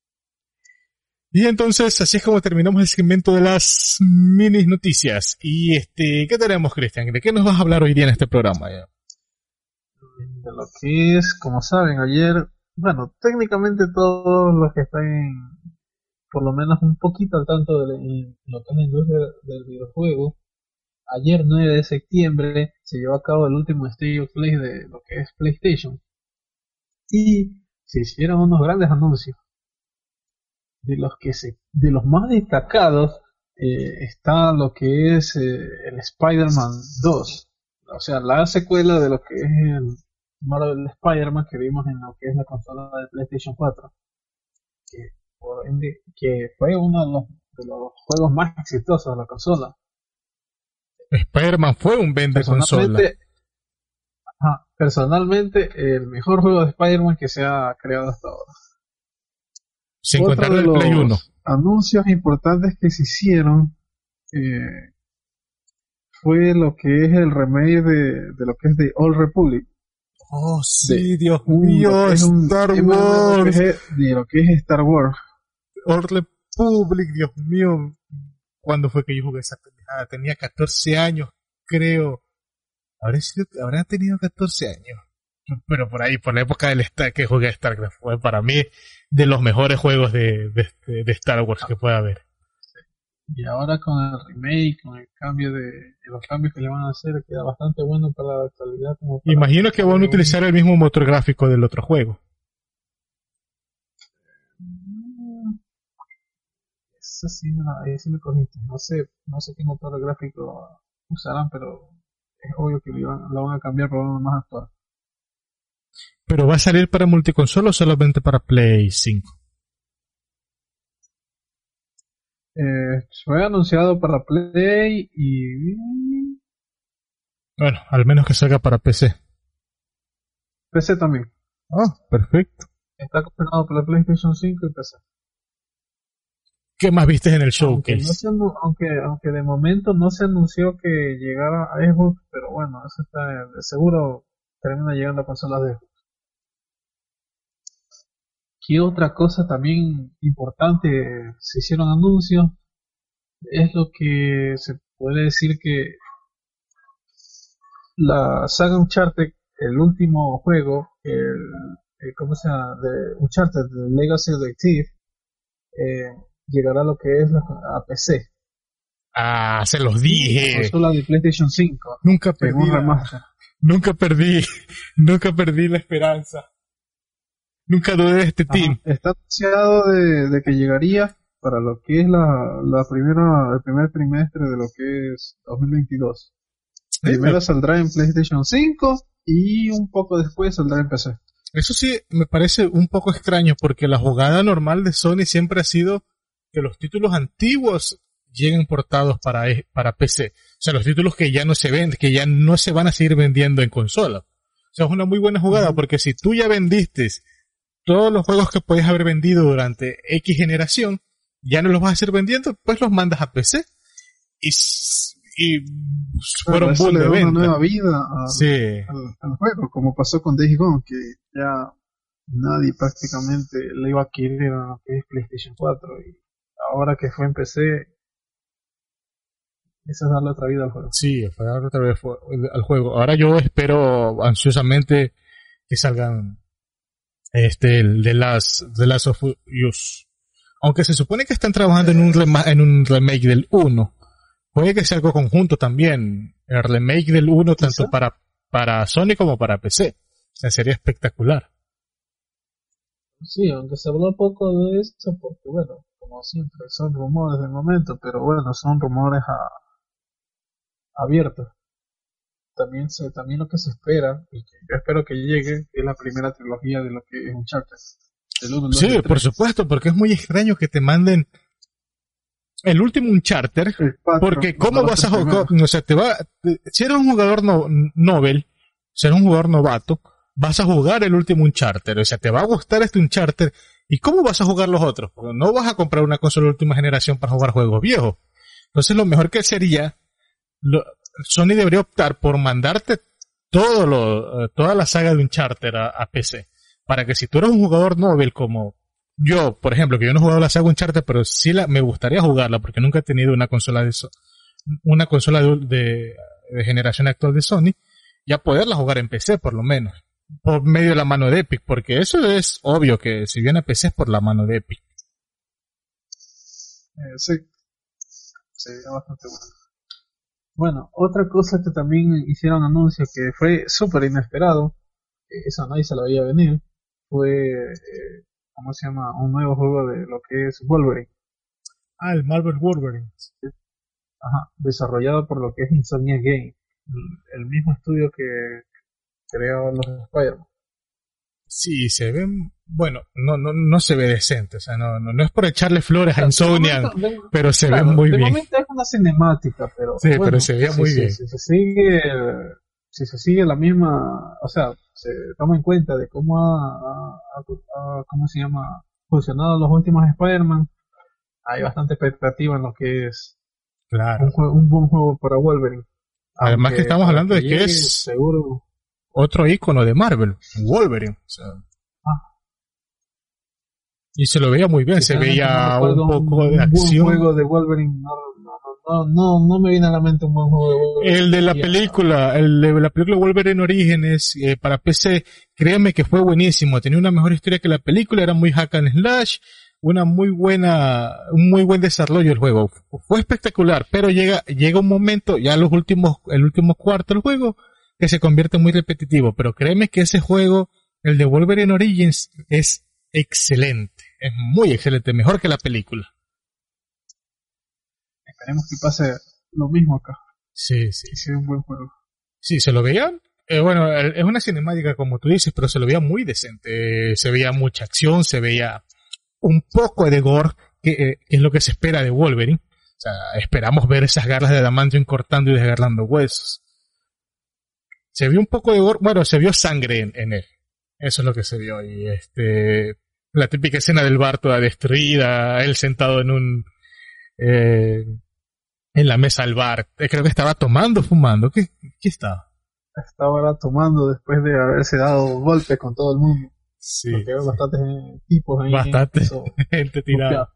Y entonces, así es como terminamos el segmento de las mini noticias. Y este, ¿qué tenemos, Cristian? ¿De qué nos vas a hablar hoy día en este programa? Ya? De lo que es, como saben, ayer, bueno, técnicamente todos los que están por lo menos un poquito al tanto de, la, en lo que es la industria del videojuego, ayer nueve de septiembre se llevó a cabo el último State of Play de lo que es PlayStation y se hicieron unos grandes anuncios. De los que se, de los más destacados eh, está lo que es eh, el Spider-Man dos, o sea, la secuela de lo que es el Marvel Spider-Man que vimos en lo que es la consola de PlayStation cuatro, que, por ende, que fue uno de los, de los juegos más exitosos de la consola. Spider-Man fue un vende consola. Ajá, personalmente el mejor juego de Spider-Man que se ha creado hasta ahora. Sin Otro contar de el los Play uno. anuncios importantes que se hicieron eh, fue lo que es el remake de, de lo que es de Old Republic. Oh, sí, De Dios un- mío, lo que es un Star MMORPG Wars. de lo que es Star Wars. Old Republic, Dios mío. ¿Cuándo fue que yo jugué esa pendejada? Tenía catorce años, creo. Habré sido, habrá tenido catorce años. Pero por ahí, por la época del Star, que jugué a StarCraft, fue para mí de los mejores juegos de, de, de Star Wars que pueda haber. Y ahora con el remake, con el cambio de, de los cambios que le van a hacer, queda bastante bueno para la actualidad. Como para Imagino que van a utilizar el mismo motor gráfico del otro juego. Mm, Eso sí me, la- ahí sí me cogiste. No sé, no sé qué motor gráfico usarán, pero es obvio que lo, van, lo van a cambiar por uno más actual. ¿Pero va a salir para multiconsola o solamente para Play cinco? Eh, fue anunciado para Play y Bueno, al menos que salga para P C. P C también. Ah, perfecto. Está confirmado para PlayStation cinco y P C. ¿Qué más viste en el Aunque, no showcase? se anu- aunque, aunque de momento no se anunció que llegara a Xbox, pero bueno, eso está de seguro termina llegando a consolas de Xbox. ¿Qué otra cosa también importante se hicieron anuncios? Es lo que se puede decir que la saga Uncharted, el último juego, el, el ¿cómo se llama? De Uncharted, The Legacy of the Thief, eh, llegará a lo que es la, a P C. Ah, se los dije. Consola de PlayStation cinco. Nunca En perdí un la, remaster. nunca perdí, nunca perdí la esperanza. Nunca dudé de este Ajá. team. Está anunciado de, de que llegaría para lo que es la, la primera, el primer trimestre de lo que es dos mil veintidós. Primero saldrá en PlayStation cinco y un poco después saldrá en P C. Eso sí me parece un poco extraño porque la jugada normal de Sony siempre ha sido que los títulos antiguos lleguen portados para, e- para P C. O sea, los títulos que ya no se venden, que ya no se van a seguir vendiendo en consola. O sea, es una muy buena jugada porque si tú ya vendiste todos los juegos que podías haber vendido durante X generación, ya no los vas a seguir vendiendo, pues los mandas a P C. Y, s- y fueron Pero eso boom le de da una venta. nueva vida a- Sí. al, al juego, como pasó con Days Gone, que ya nadie prácticamente le iba a adquirir a lo que es PlayStation cuatro, y ahora que fue en P C, eso es darle otra vida al juego. Sí, fue ahora otra vez fue- al juego. Ahora yo espero ansiosamente que salgan este el de las de Last of Us. Aunque se supone que están trabajando en un rema- en un remake del uno. Puede que sea algo conjunto también. El remake del uno tanto Quizá. para para Sony como para P C. O sea, sería espectacular. Sí, aunque se habló poco de eso, porque bueno, como siempre, son rumores de momento, pero bueno, son rumores a- abiertos. También se, también lo que se espera, y que yo espero que llegue, es la primera trilogía de lo que es Uncharted. Del uno, el dos y Sí, el por tres. supuesto, porque es muy extraño que te manden el último Uncharted. El cuatro, Porque los ¿cómo dos vas a primeros. jugar? O sea, te va, te- si eres un jugador no, novel, si eres un jugador novato, vas a jugar el último Uncharted. O sea, te va a gustar este Uncharted. ¿Y cómo vas a jugar los otros? Porque no vas a comprar una consola de última generación para jugar juegos viejos. Entonces lo mejor que sería, lo- Sony debería optar por mandarte todo lo, eh, toda la saga de Uncharted a, a P C. Para que si tú eres un jugador novel como yo, por ejemplo, que yo no he jugado la saga Uncharted, pero sí la, me gustaría jugarla porque nunca he tenido una consola de so- una consola de, de, de generación actual de Sony, ya poderla jugar en P C por lo menos, por medio de la mano de Epic, porque eso es obvio que si viene a P C es por la mano de Epic. Eh, sí, sería bastante bueno. Bueno, otra cosa que también hicieron anuncio que fue súper inesperado, que eso nadie se lo veía venir, fue, eh, ¿cómo se llama? Un nuevo juego de lo que es Wolverine. Ah, el Marvel Wolverine. Ajá, desarrollado por lo que es Insomnia Game, el, el mismo estudio que creó los Spider-Man. Sí, se ven, bueno, no, no, no se ve decente, o sea, no, no, no es por echarle flores a De Insomniac, momento- de- pero se claro, ve muy de bien. momento es una cinemática, pero Sí, bueno, pero se veía si- muy si- bien. Si se sigue, si se sigue la misma, o sea, se toma en cuenta de cómo ha, ha- ha- ha- ¿cómo se llama? Funcionado los últimos Spider-Man, hay bastante expectativa en lo que es Claro. un, jue- un buen juego para Wolverine. Además que Aunque estamos para hablando de que llegue, es seguro. otro icono de Marvel, Wolverine. O sea, Ah. y se lo veía muy bien, se Sinceramente, no veía recuerdo un poco de un buen acción. juego de Wolverine. No, no, no, no, no me viene a la mente un buen juego de Wolverine. El de la Ya. película, el de la película Wolverine Orígenes eh, para P C, créeme que fue buenísimo, tenía una mejor historia que la película, era muy hack and slash, una muy buena, un muy buen desarrollo del juego, fue espectacular, pero llega, llega un momento, ya los últimos, el último cuarto del juego, que se convierte muy repetitivo, pero créeme que ese juego, el de Wolverine Origins, es excelente, es muy excelente, mejor que la película. Esperemos que pase lo mismo acá. Sí, sí. Que sea un buen juego. Sí, se lo veía. Eh, bueno, el- es una cinemática como tú dices, pero se lo veía muy decente. Eh, se veía mucha acción, se veía un poco de gore, que, eh, que es lo que se espera de Wolverine. O sea, esperamos ver esas garras de adamantium cortando y desgarrando huesos. Se vio un poco de gore, bueno, se vio sangre en, en él. Eso es lo que se vio. Y este, la típica escena del bar toda destruida, él sentado en un, eh, en la mesa del bar. Eh, Creo que estaba tomando, fumando. ¿Qué, qué estaba? Estaba ahora tomando después de haberse dado golpes con todo el mundo. Sí. Porque hay bastantes eh, tipos ahí. Bastante eso, gente tirada. golpeado.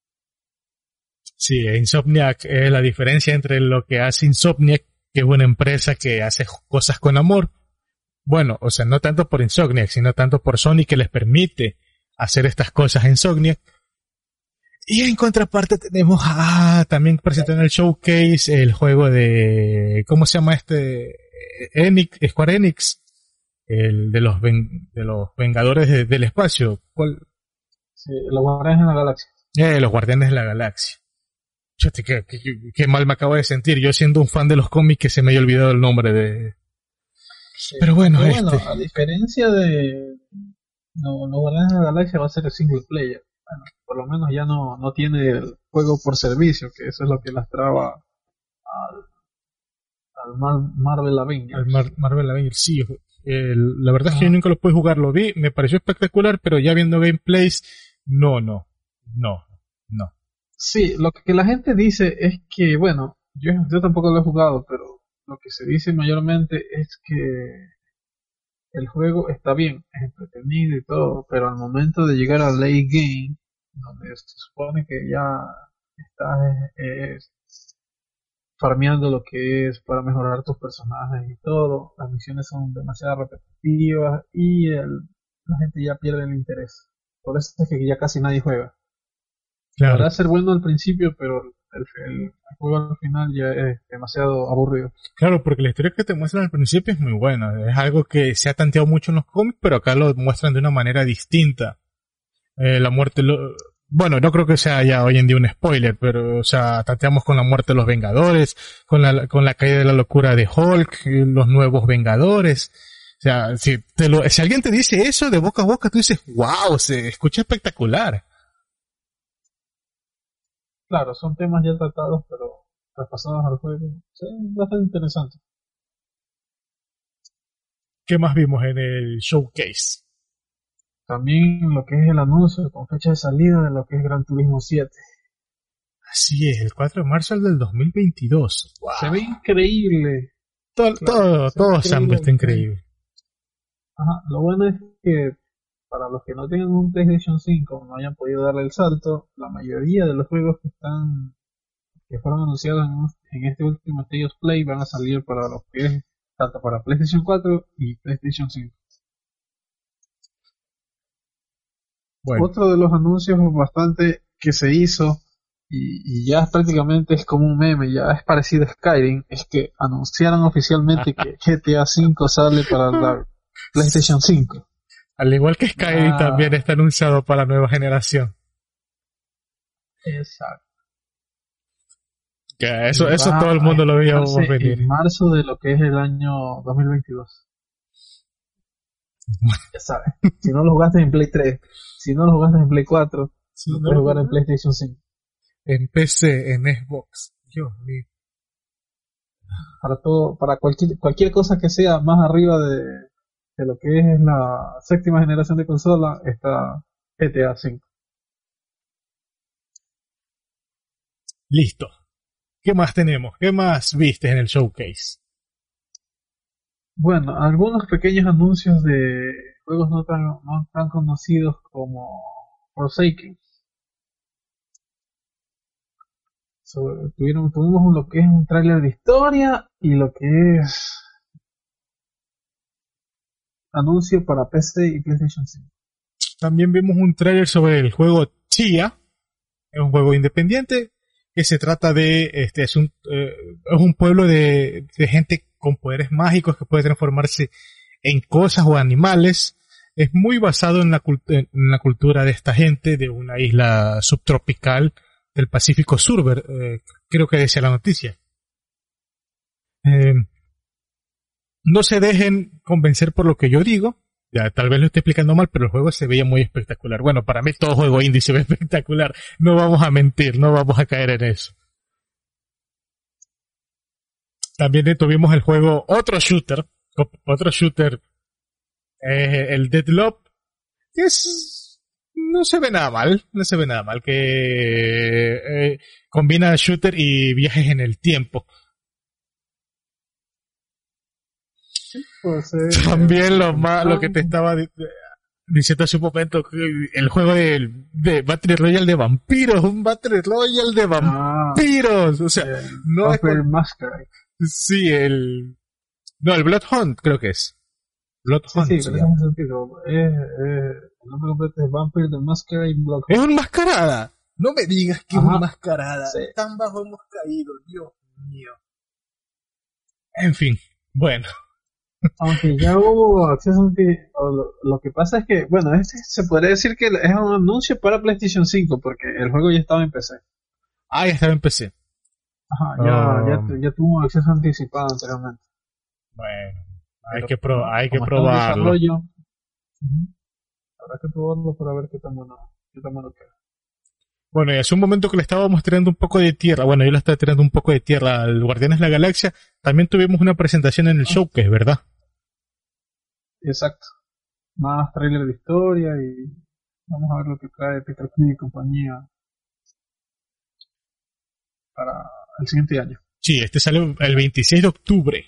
Sí, Insomniac es la diferencia entre lo que hace Insomniac, que es una empresa que hace cosas con amor. Bueno, o sea, no tanto por Insomniac, sino tanto por Sony, que les permite hacer estas cosas a Insomniac. Y en contraparte tenemos, ah, también presentó en el showcase el juego de, ¿cómo se llama este? Enix, Square Enix, el de los ven- de los Vengadores de- del espacio. ¿Cuál? Sí, los Guardianes de la Galaxia. Eh, los Guardianes de la Galaxia. Chate, qué, qué, qué- qué mal me acabo de sentir. Yo siendo un fan de los cómics que se me haya olvidado el nombre de... Sí. Pero bueno, Pero bueno, este... a diferencia de no, los Guardianes de la Galaxia va a ser el single player. Bueno, por lo menos ya no, no tiene el juego por servicio, que eso es lo que las traba al, al Mar- Marvel Avengers. al Mar- Marvel Avengers, sí. El- la verdad es que Ah. yo nunca lo pude jugar, lo vi, me pareció espectacular, pero ya viendo gameplays, no, no, no, no. Sí, lo que la gente dice es que, bueno, yo, yo tampoco lo he jugado, pero lo que se dice mayormente es que el juego está bien, es entretenido y todo, pero al momento de llegar al late game, donde se supone que ya estás eh, eh, farmeando lo que es para mejorar tus personajes y todo, las misiones son demasiado repetitivas y el- la gente ya pierde el interés. Por eso es que ya casi nadie juega. Claro, Podrá ser bueno al principio, pero el, el- el juego al final ya es demasiado aburrido. claro, porque la historia que te muestran al principio es muy buena, es algo que se ha tanteado mucho en los cómics, pero acá lo muestran de una manera distinta. Eh, la muerte, lo... bueno, no creo que sea ya hoy en día un spoiler, pero, o sea, tanteamos con la muerte de los Vengadores, con la, con la caída de la locura de Hulk, eh, los nuevos Vengadores. O sea, si, te lo, si alguien te dice eso de boca a boca, tú dices, wow, se escucha espectacular. Claro, son temas ya tratados, pero traspasados al juego. Sí, bastante interesante. ¿Qué más vimos en el showcase? También lo que es el anuncio con fecha de salida de lo que es Gran Turismo siete. Así es, el cuatro de marzo del dos mil veintidós. Wow. Se ve increíble. Todo, Claro, todo, se todo ve Sambo está increíble. Ajá, lo bueno es que para los que no tengan un PlayStation cinco, no hayan podido darle el salto, la mayoría de los juegos que están que fueron anunciados en, en este último State of Play van a salir para los que es tanto para PlayStation cuatro y PlayStation cinco. Bueno, Otro de los anuncios bastante que se hizo y, y ya prácticamente es como un meme, ya es parecido a Skyrim, es que anunciaron oficialmente que G T A cinco sale para la PlayStation cinco. al igual que Skyrim Ah. también está anunciado para la nueva generación. Exacto. Que eso, Y eso va todo el mundo a lo veíamos estrenarse venir. en marzo de lo que es el año dos mil veintidós. Ya sabes, si no lo jugaste en Play tres, si no lo jugaste en Play cuatro, Sí, lo ¿no? puedes jugar en PlayStation cinco. En P C, en Xbox. Dios mío. para todo, para cualquier cualquier cosa que sea más arriba de, de lo que es la séptima generación de consola, está G T A cinco. Listo. ¿Qué más tenemos? ¿Qué más viste en el showcase? Bueno, algunos pequeños anuncios de juegos no tan, no tan conocidos como Forsaken. So, tuvieron, tuvimos lo que es un tráiler de historia y lo que es anuncio para P C y PlayStation cinco. También vimos un tráiler sobre el juego Chia. Es un juego independiente que se trata de, este, es un, eh, es un pueblo de, de gente con poderes mágicos que puede transformarse en cosas o animales. Es muy basado en la, cult- en la cultura de esta gente de una isla subtropical del Pacífico Sur, eh, creo que decía la noticia. Eh, no se dejen convencer por lo que yo digo. Ya, tal vez lo estoy explicando mal, pero el juego se veía muy espectacular. Bueno, para mí todo juego indie se ve espectacular. No vamos a mentir, no vamos a caer en eso. También tuvimos el juego, otro shooter, otro shooter, eh, el Deadloop, que es, no se ve nada mal, no se ve nada mal, que eh, combina shooter y viajes en el tiempo. Pues, eh, También lo más, lo que te estaba di- diciendo hace un momento, el juego de, de Battle Royale de vampiros, un Battle Royale de vampiros, o sea, eh, no es Vampire por- Masquerade. sí, el, no, el Blood Hunt creo que es, Blood Sí, Hunt sí, se pero llama. ese es el título. Es, es- el nombre completo es Vampire the Masquerade Blood Es Hunt. una mascarada, no me digas que es Ajá. una mascarada, Sí. tan bajo hemos caído, Dios mío. En fin, bueno. Aunque ya hubo acceso anti- o lo, lo que pasa es que, bueno, este se podría decir que es un anuncio para PlayStation cinco porque el juego ya estaba en P C. Ah, ya estaba en P C. Ajá, ya, Um. ya, tu- ya tuvo acceso anticipado anteriormente. Bueno, hay Pero que, pro- hay que como está en probarlo. desarrollo, ujú, habrá que probarlo para ver qué tan bueno, qué tan bueno queda. Bueno, y hace un momento que le estábamos tirando un poco de tierra, bueno, yo le estaba tirando un poco de tierra al Guardianes de la Galaxia, también tuvimos una presentación en el showcase, ¿verdad? Exacto. Más trailer de historia y vamos a ver lo que trae Peter Quill y compañía para el siguiente año. Sí, este sale el veintiséis de octubre.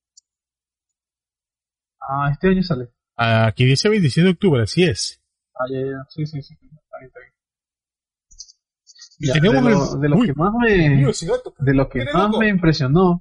Ah, este año sale. Aquí dice veintiséis de octubre, así es. Ah, ya, ya, sí, sí, sí. Está bien, está bien. Y Ya, tenemos de lo, el- de lo Uy, que más Dios me mío, ese gato, de lo que mire, más loco. me impresionó,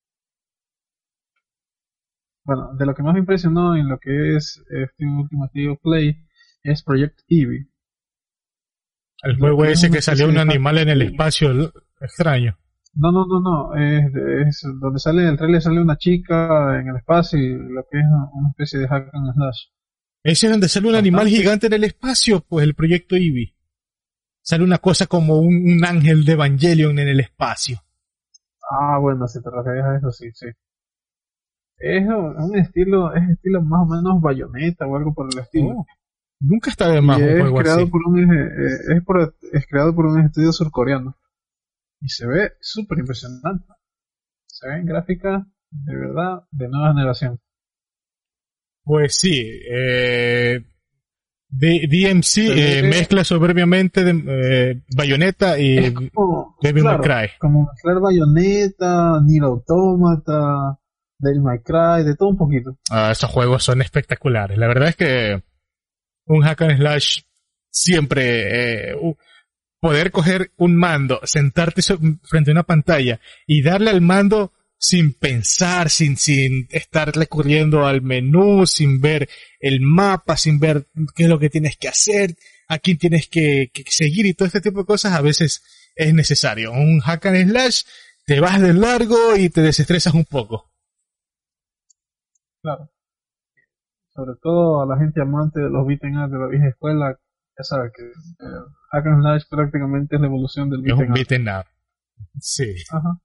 bueno, de lo que más me impresionó en lo que es este último State of Play es Project Eevee. El juego Lo que es ese una que salió especie un de animal en el hack- espacio l- extraño. No, no, no, no, es, es donde sale en el trailer sale una chica en el espacio y lo que es una especie de hack and slash. Ese es donde sale un animal Bastante. gigante en el espacio, pues el proyecto Eevee. Sale una cosa como un, un ángel de Evangelion en el espacio. Ah, bueno, si te refieres a eso, sí, sí. Es un estilo, es estilo más o menos Bayonetta o algo por el estilo. Oh, nunca está de más Y un es juego creado así. por un eh, es, por- es creado por un estudio surcoreano y se ve súper impresionante. Se ven gráficas de verdad de nueva generación. Pues sí, eh, D- DMC Se eh, ve- mezcla soberbiamente de, eh, Bayonetta y Es como, Devil claro, May Cry. como mezclar Bayonetta, Nier Automata, Devil May Cry, de todo un poquito. Ah, esos juegos son espectaculares. La verdad es que un hack and slash siempre, eh, u- poder coger un mando, sentarte so- frente a una pantalla y darle al mando sin pensar, sin, sin estar recurriendo al menú, sin ver el mapa, sin ver qué es lo que tienes que hacer, a quién tienes que, que seguir y todo este tipo de cosas, a veces es necesario. Un hack and slash, te vas de largo y te desestresas un poco. Claro. Sobre todo a la gente amante de los beat'em up de la vieja escuela, ya sabe que eh, hack and slash prácticamente es la evolución del Es un beat'em up. beat'em up. Sí. Ajá.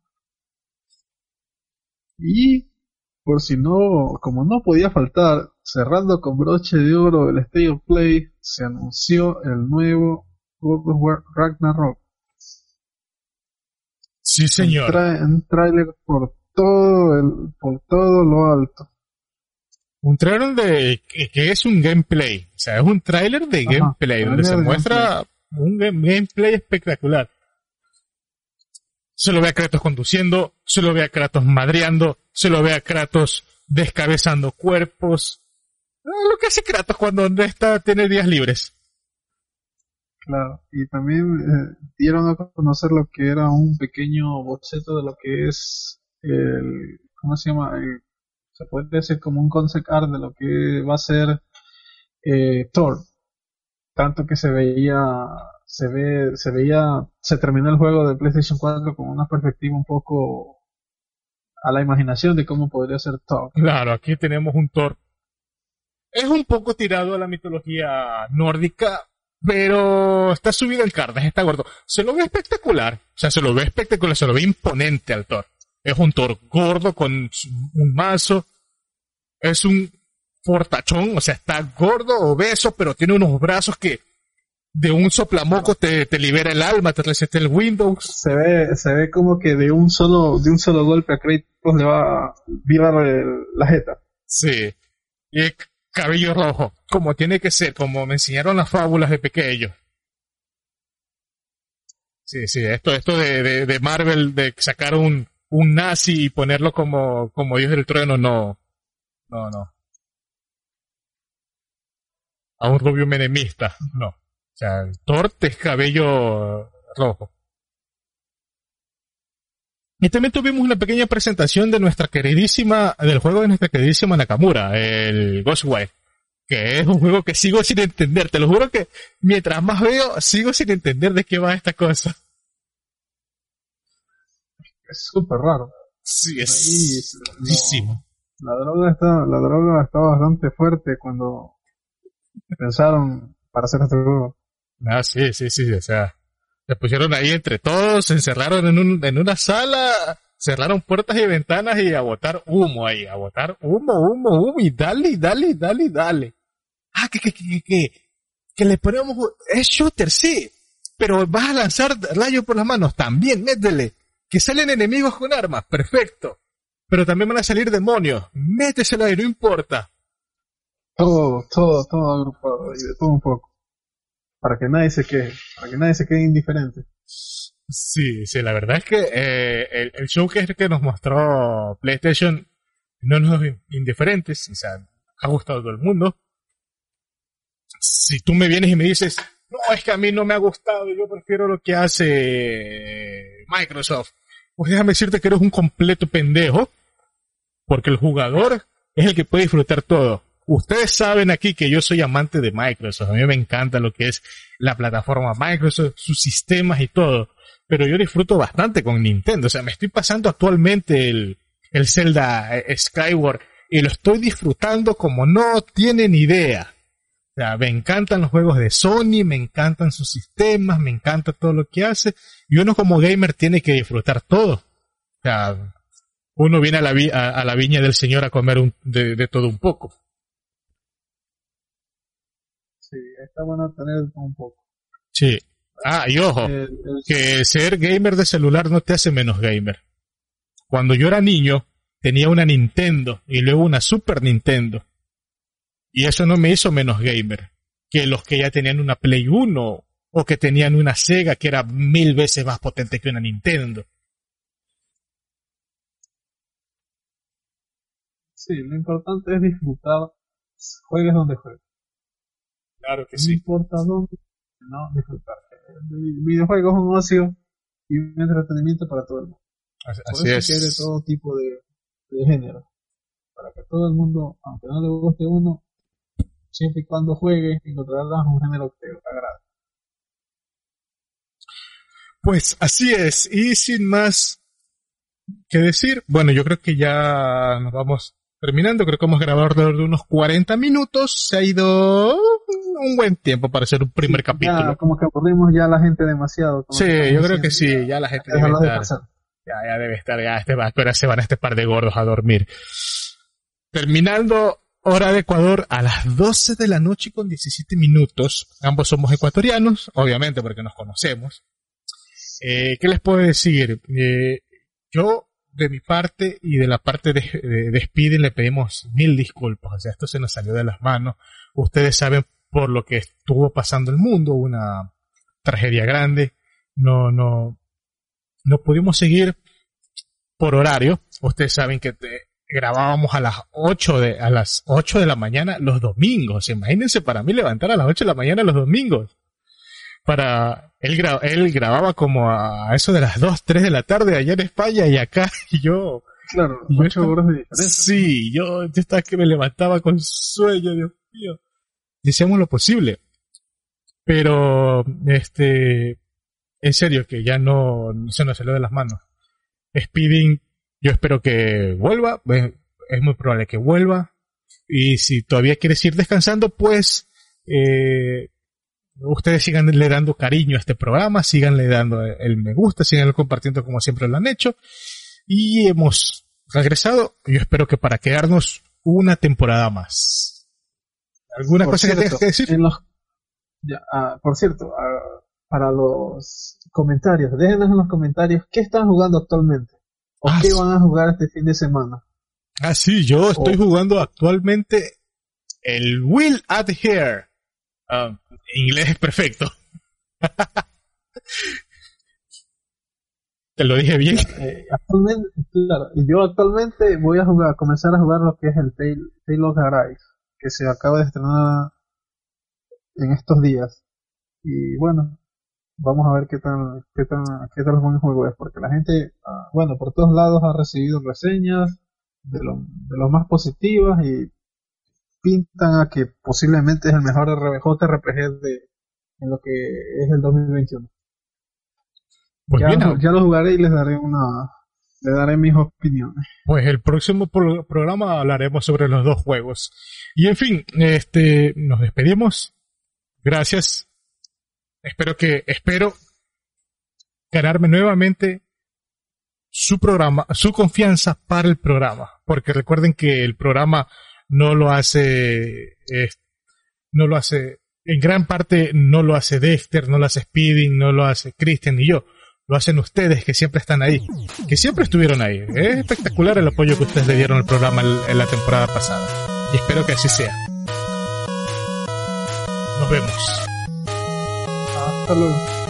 Y por si no, como no podía faltar, cerrando con broche de oro el State of Play, se anunció el nuevo God of War Ragnarok. Sí, señor. Un, tra- un tráiler por todo el, por todo lo alto. Un trailer de que, que es un gameplay, o sea, es un tráiler de Ajá, gameplay donde se muestra gameplay. un game, gameplay espectacular. Se lo ve a Kratos conduciendo, se lo ve a Kratos madreando, se lo ve a Kratos descabezando cuerpos. Lo que hace Kratos cuando está tiene días libres. Claro, y también eh, dieron a conocer lo que era un pequeño boceto de lo que es el, ¿cómo se llama? El, se puede decir como un concept art de lo que va a ser eh, Thor. Tanto que se veía, se ve, se veía, se terminó el juego de PlayStation cuatro con una perspectiva un poco a la imaginación de cómo podría ser Thor. Claro, aquí tenemos un Thor. Es un poco tirado a la mitología nórdica, pero está subido el carnes, está gordo. Se lo ve espectacular, o sea, se lo ve espectacular, se lo ve imponente al Thor. Es un Thor gordo con un mazo, es un fortachón, o sea, está gordo, obeso, pero tiene unos brazos que de un soplamoco te, te libera el alma, te reseta el Windows. Se ve, se ve como que de un solo, de un solo golpe a Kratos le va a virar el- la jeta. Sí, y el cabello rojo, como tiene que ser, como me enseñaron las fábulas de pequeño. Sí, sí, esto, esto de, de, de Marvel, de sacar un, un nazi y ponerlo como, como Dios del trueno, no, no, no. A un rubio menemista, no. O sea, Thor es cabello rojo. Y también tuvimos una pequeña presentación de nuestra queridísima, del juego de nuestra queridísima Nakamura, el Ghostwire, que es un juego que sigo sin entender. Te lo juro que mientras más veo, sigo sin entender de qué va esta cosa. Es súper raro. Sí, Ahí, es no, rarísimo. la droga está, la droga está bastante fuerte cuando pensaron para hacer este juego. Ah, sí, sí, sí, o sea, se pusieron ahí entre todos, se encerraron en, un, en una sala, cerraron puertas y ventanas y a botar humo ahí, a botar humo, humo, humo, y dale, dale, dale, dale. Ah, que, que, que, que, que le ponemos, es shooter, sí, pero vas a lanzar rayos por las manos, también, métele. Que salen enemigos con armas, perfecto. Pero también van a salir demonios, méteselo ahí, no importa. Todo, todo, todo agrupado y de todo un poco. Para que nadie se quede, para que nadie se quede indiferente. Sí, sí, la verdad es que eh, el, el showcase que nos mostró PlayStation no nos es indiferentes, o sea, ha gustado a todo el mundo. Si tú me vienes y me dices, no, es que a mí no me ha gustado, yo prefiero lo que hace Microsoft, pues déjame decirte que eres un completo pendejo, porque el jugador es el que puede disfrutar todo. Ustedes saben aquí que yo soy amante de Microsoft, a mí me encanta lo que es la plataforma Microsoft, sus sistemas y todo, pero yo disfruto bastante con Nintendo, o sea, me estoy pasando actualmente el, el Zelda eh, Skyward y lo estoy disfrutando como no tienen idea. O sea, me encantan los juegos de Sony, me encantan sus sistemas, me encanta todo lo que hace, y uno como gamer tiene que disfrutar todo. O sea, uno viene a la, vi a, a la viña del Señor a comer un, de, de todo un poco. Sí, está bueno tener un poco. Sí. Ah, y ojo, El- el- que ser gamer de celular no te hace menos gamer. Cuando yo era niño, tenía una Nintendo y luego una Super Nintendo. Y eso no me hizo menos gamer que los que ya tenían una Play uno o que tenían una Sega que era mil veces más potente que una Nintendo. Sí, lo importante es disfrutar, juegues donde juegues. Claro que No importa dónde, no disfrutar. El videojuego es un ocio y un entretenimiento para todo el mundo. Así, Por así eso que hay de es. todo tipo de, de género. Para que todo el mundo, aunque no le guste uno, siempre y cuando juegue, encontrarás un género que te agrade. Pues así es. Y sin más que decir, bueno, yo creo que ya nos vamos terminando. Creo que hemos grabado alrededor de unos cuarenta minutos. Se ha ido un buen tiempo para hacer un primer Sí, capítulo. Ya, como que aburrimos ya a la gente demasiado. con Sí, lo que yo estamos creo que haciendo. sí, ya la gente Hay que debe dejarlo de estar, pasar. ya, ya debe estar, ya este va, espera, se van este par de gordos a dormir. Terminando hora de Ecuador a las doce de la noche con diecisiete minutos. Ambos somos ecuatorianos, obviamente porque nos conocemos. Eh, ¿qué les puedo decir? Eh, yo de mi parte y de la parte de, de, de Speedy le pedimos mil disculpas. O sea, esto se nos salió de las manos. Ustedes saben por lo que estuvo pasando el mundo, una tragedia grande. No, no, no pudimos seguir por horario. Ustedes saben que te, grabábamos a las ocho de, a las ocho de la mañana los domingos. Imagínense para mí levantar a las ocho de la mañana los domingos. Para, él, gra, él grababa como a eso de las dos, tres de la tarde allá en España y acá y yo. Claro, yo ocho horas de diferencia. Sí, yo, yo estaba que me levantaba con sueño, Dios mío. Hicimos lo posible. Pero, este, en serio, que ya no, no se nos salió de las manos. Speeding, yo espero que vuelva, es, es muy probable que vuelva. Y si todavía quieres ir descansando, pues, eh, ustedes síganle dando cariño a este programa, síganle dando el me gusta, síganlo compartiendo como siempre lo han hecho. Y hemos regresado, yo espero que para quedarnos una temporada más. ¿Alguna por cosa cierto, que tengas que decir? En los, ya, uh, por cierto, uh, para los comentarios, déjenos en los comentarios qué están jugando actualmente o ah, qué sí. van a jugar este fin de semana. Ah, sí, yo estoy oh. jugando actualmente el Will at Here. Uh, inglés es perfecto. Te lo dije bien. Eh, actualmente, claro, y yo actualmente voy a jugar, a comenzar a jugar lo que es el Tale of Arise, que se acaba de estrenar en estos días. Y bueno, vamos a ver qué tal, qué tal, qué tal buen juego es, porque la gente, uh, bueno, por todos lados ha recibido reseñas de lo, de lo más positivas y pintan a que posiblemente es el mejor J R P G de en lo que es el dos mil veintiuno. Pues ya, bien, ya lo jugaré y les daré una le daré mis opiniones. Pues el próximo pro- programa hablaremos sobre los dos juegos. Y en fin, este nos despedimos. Gracias. Espero que espero ganarme nuevamente su programa, su confianza para el programa, porque recuerden que el programa no lo hace eh, no lo hace en gran parte no lo hace Dexter, no lo hace Speeding, no lo hace Christian ni yo, lo hacen ustedes que siempre están ahí, que siempre estuvieron ahí. Es espectacular el apoyo que ustedes le dieron al programa en la temporada pasada y espero que así sea. Nos vemos. Hasta luego.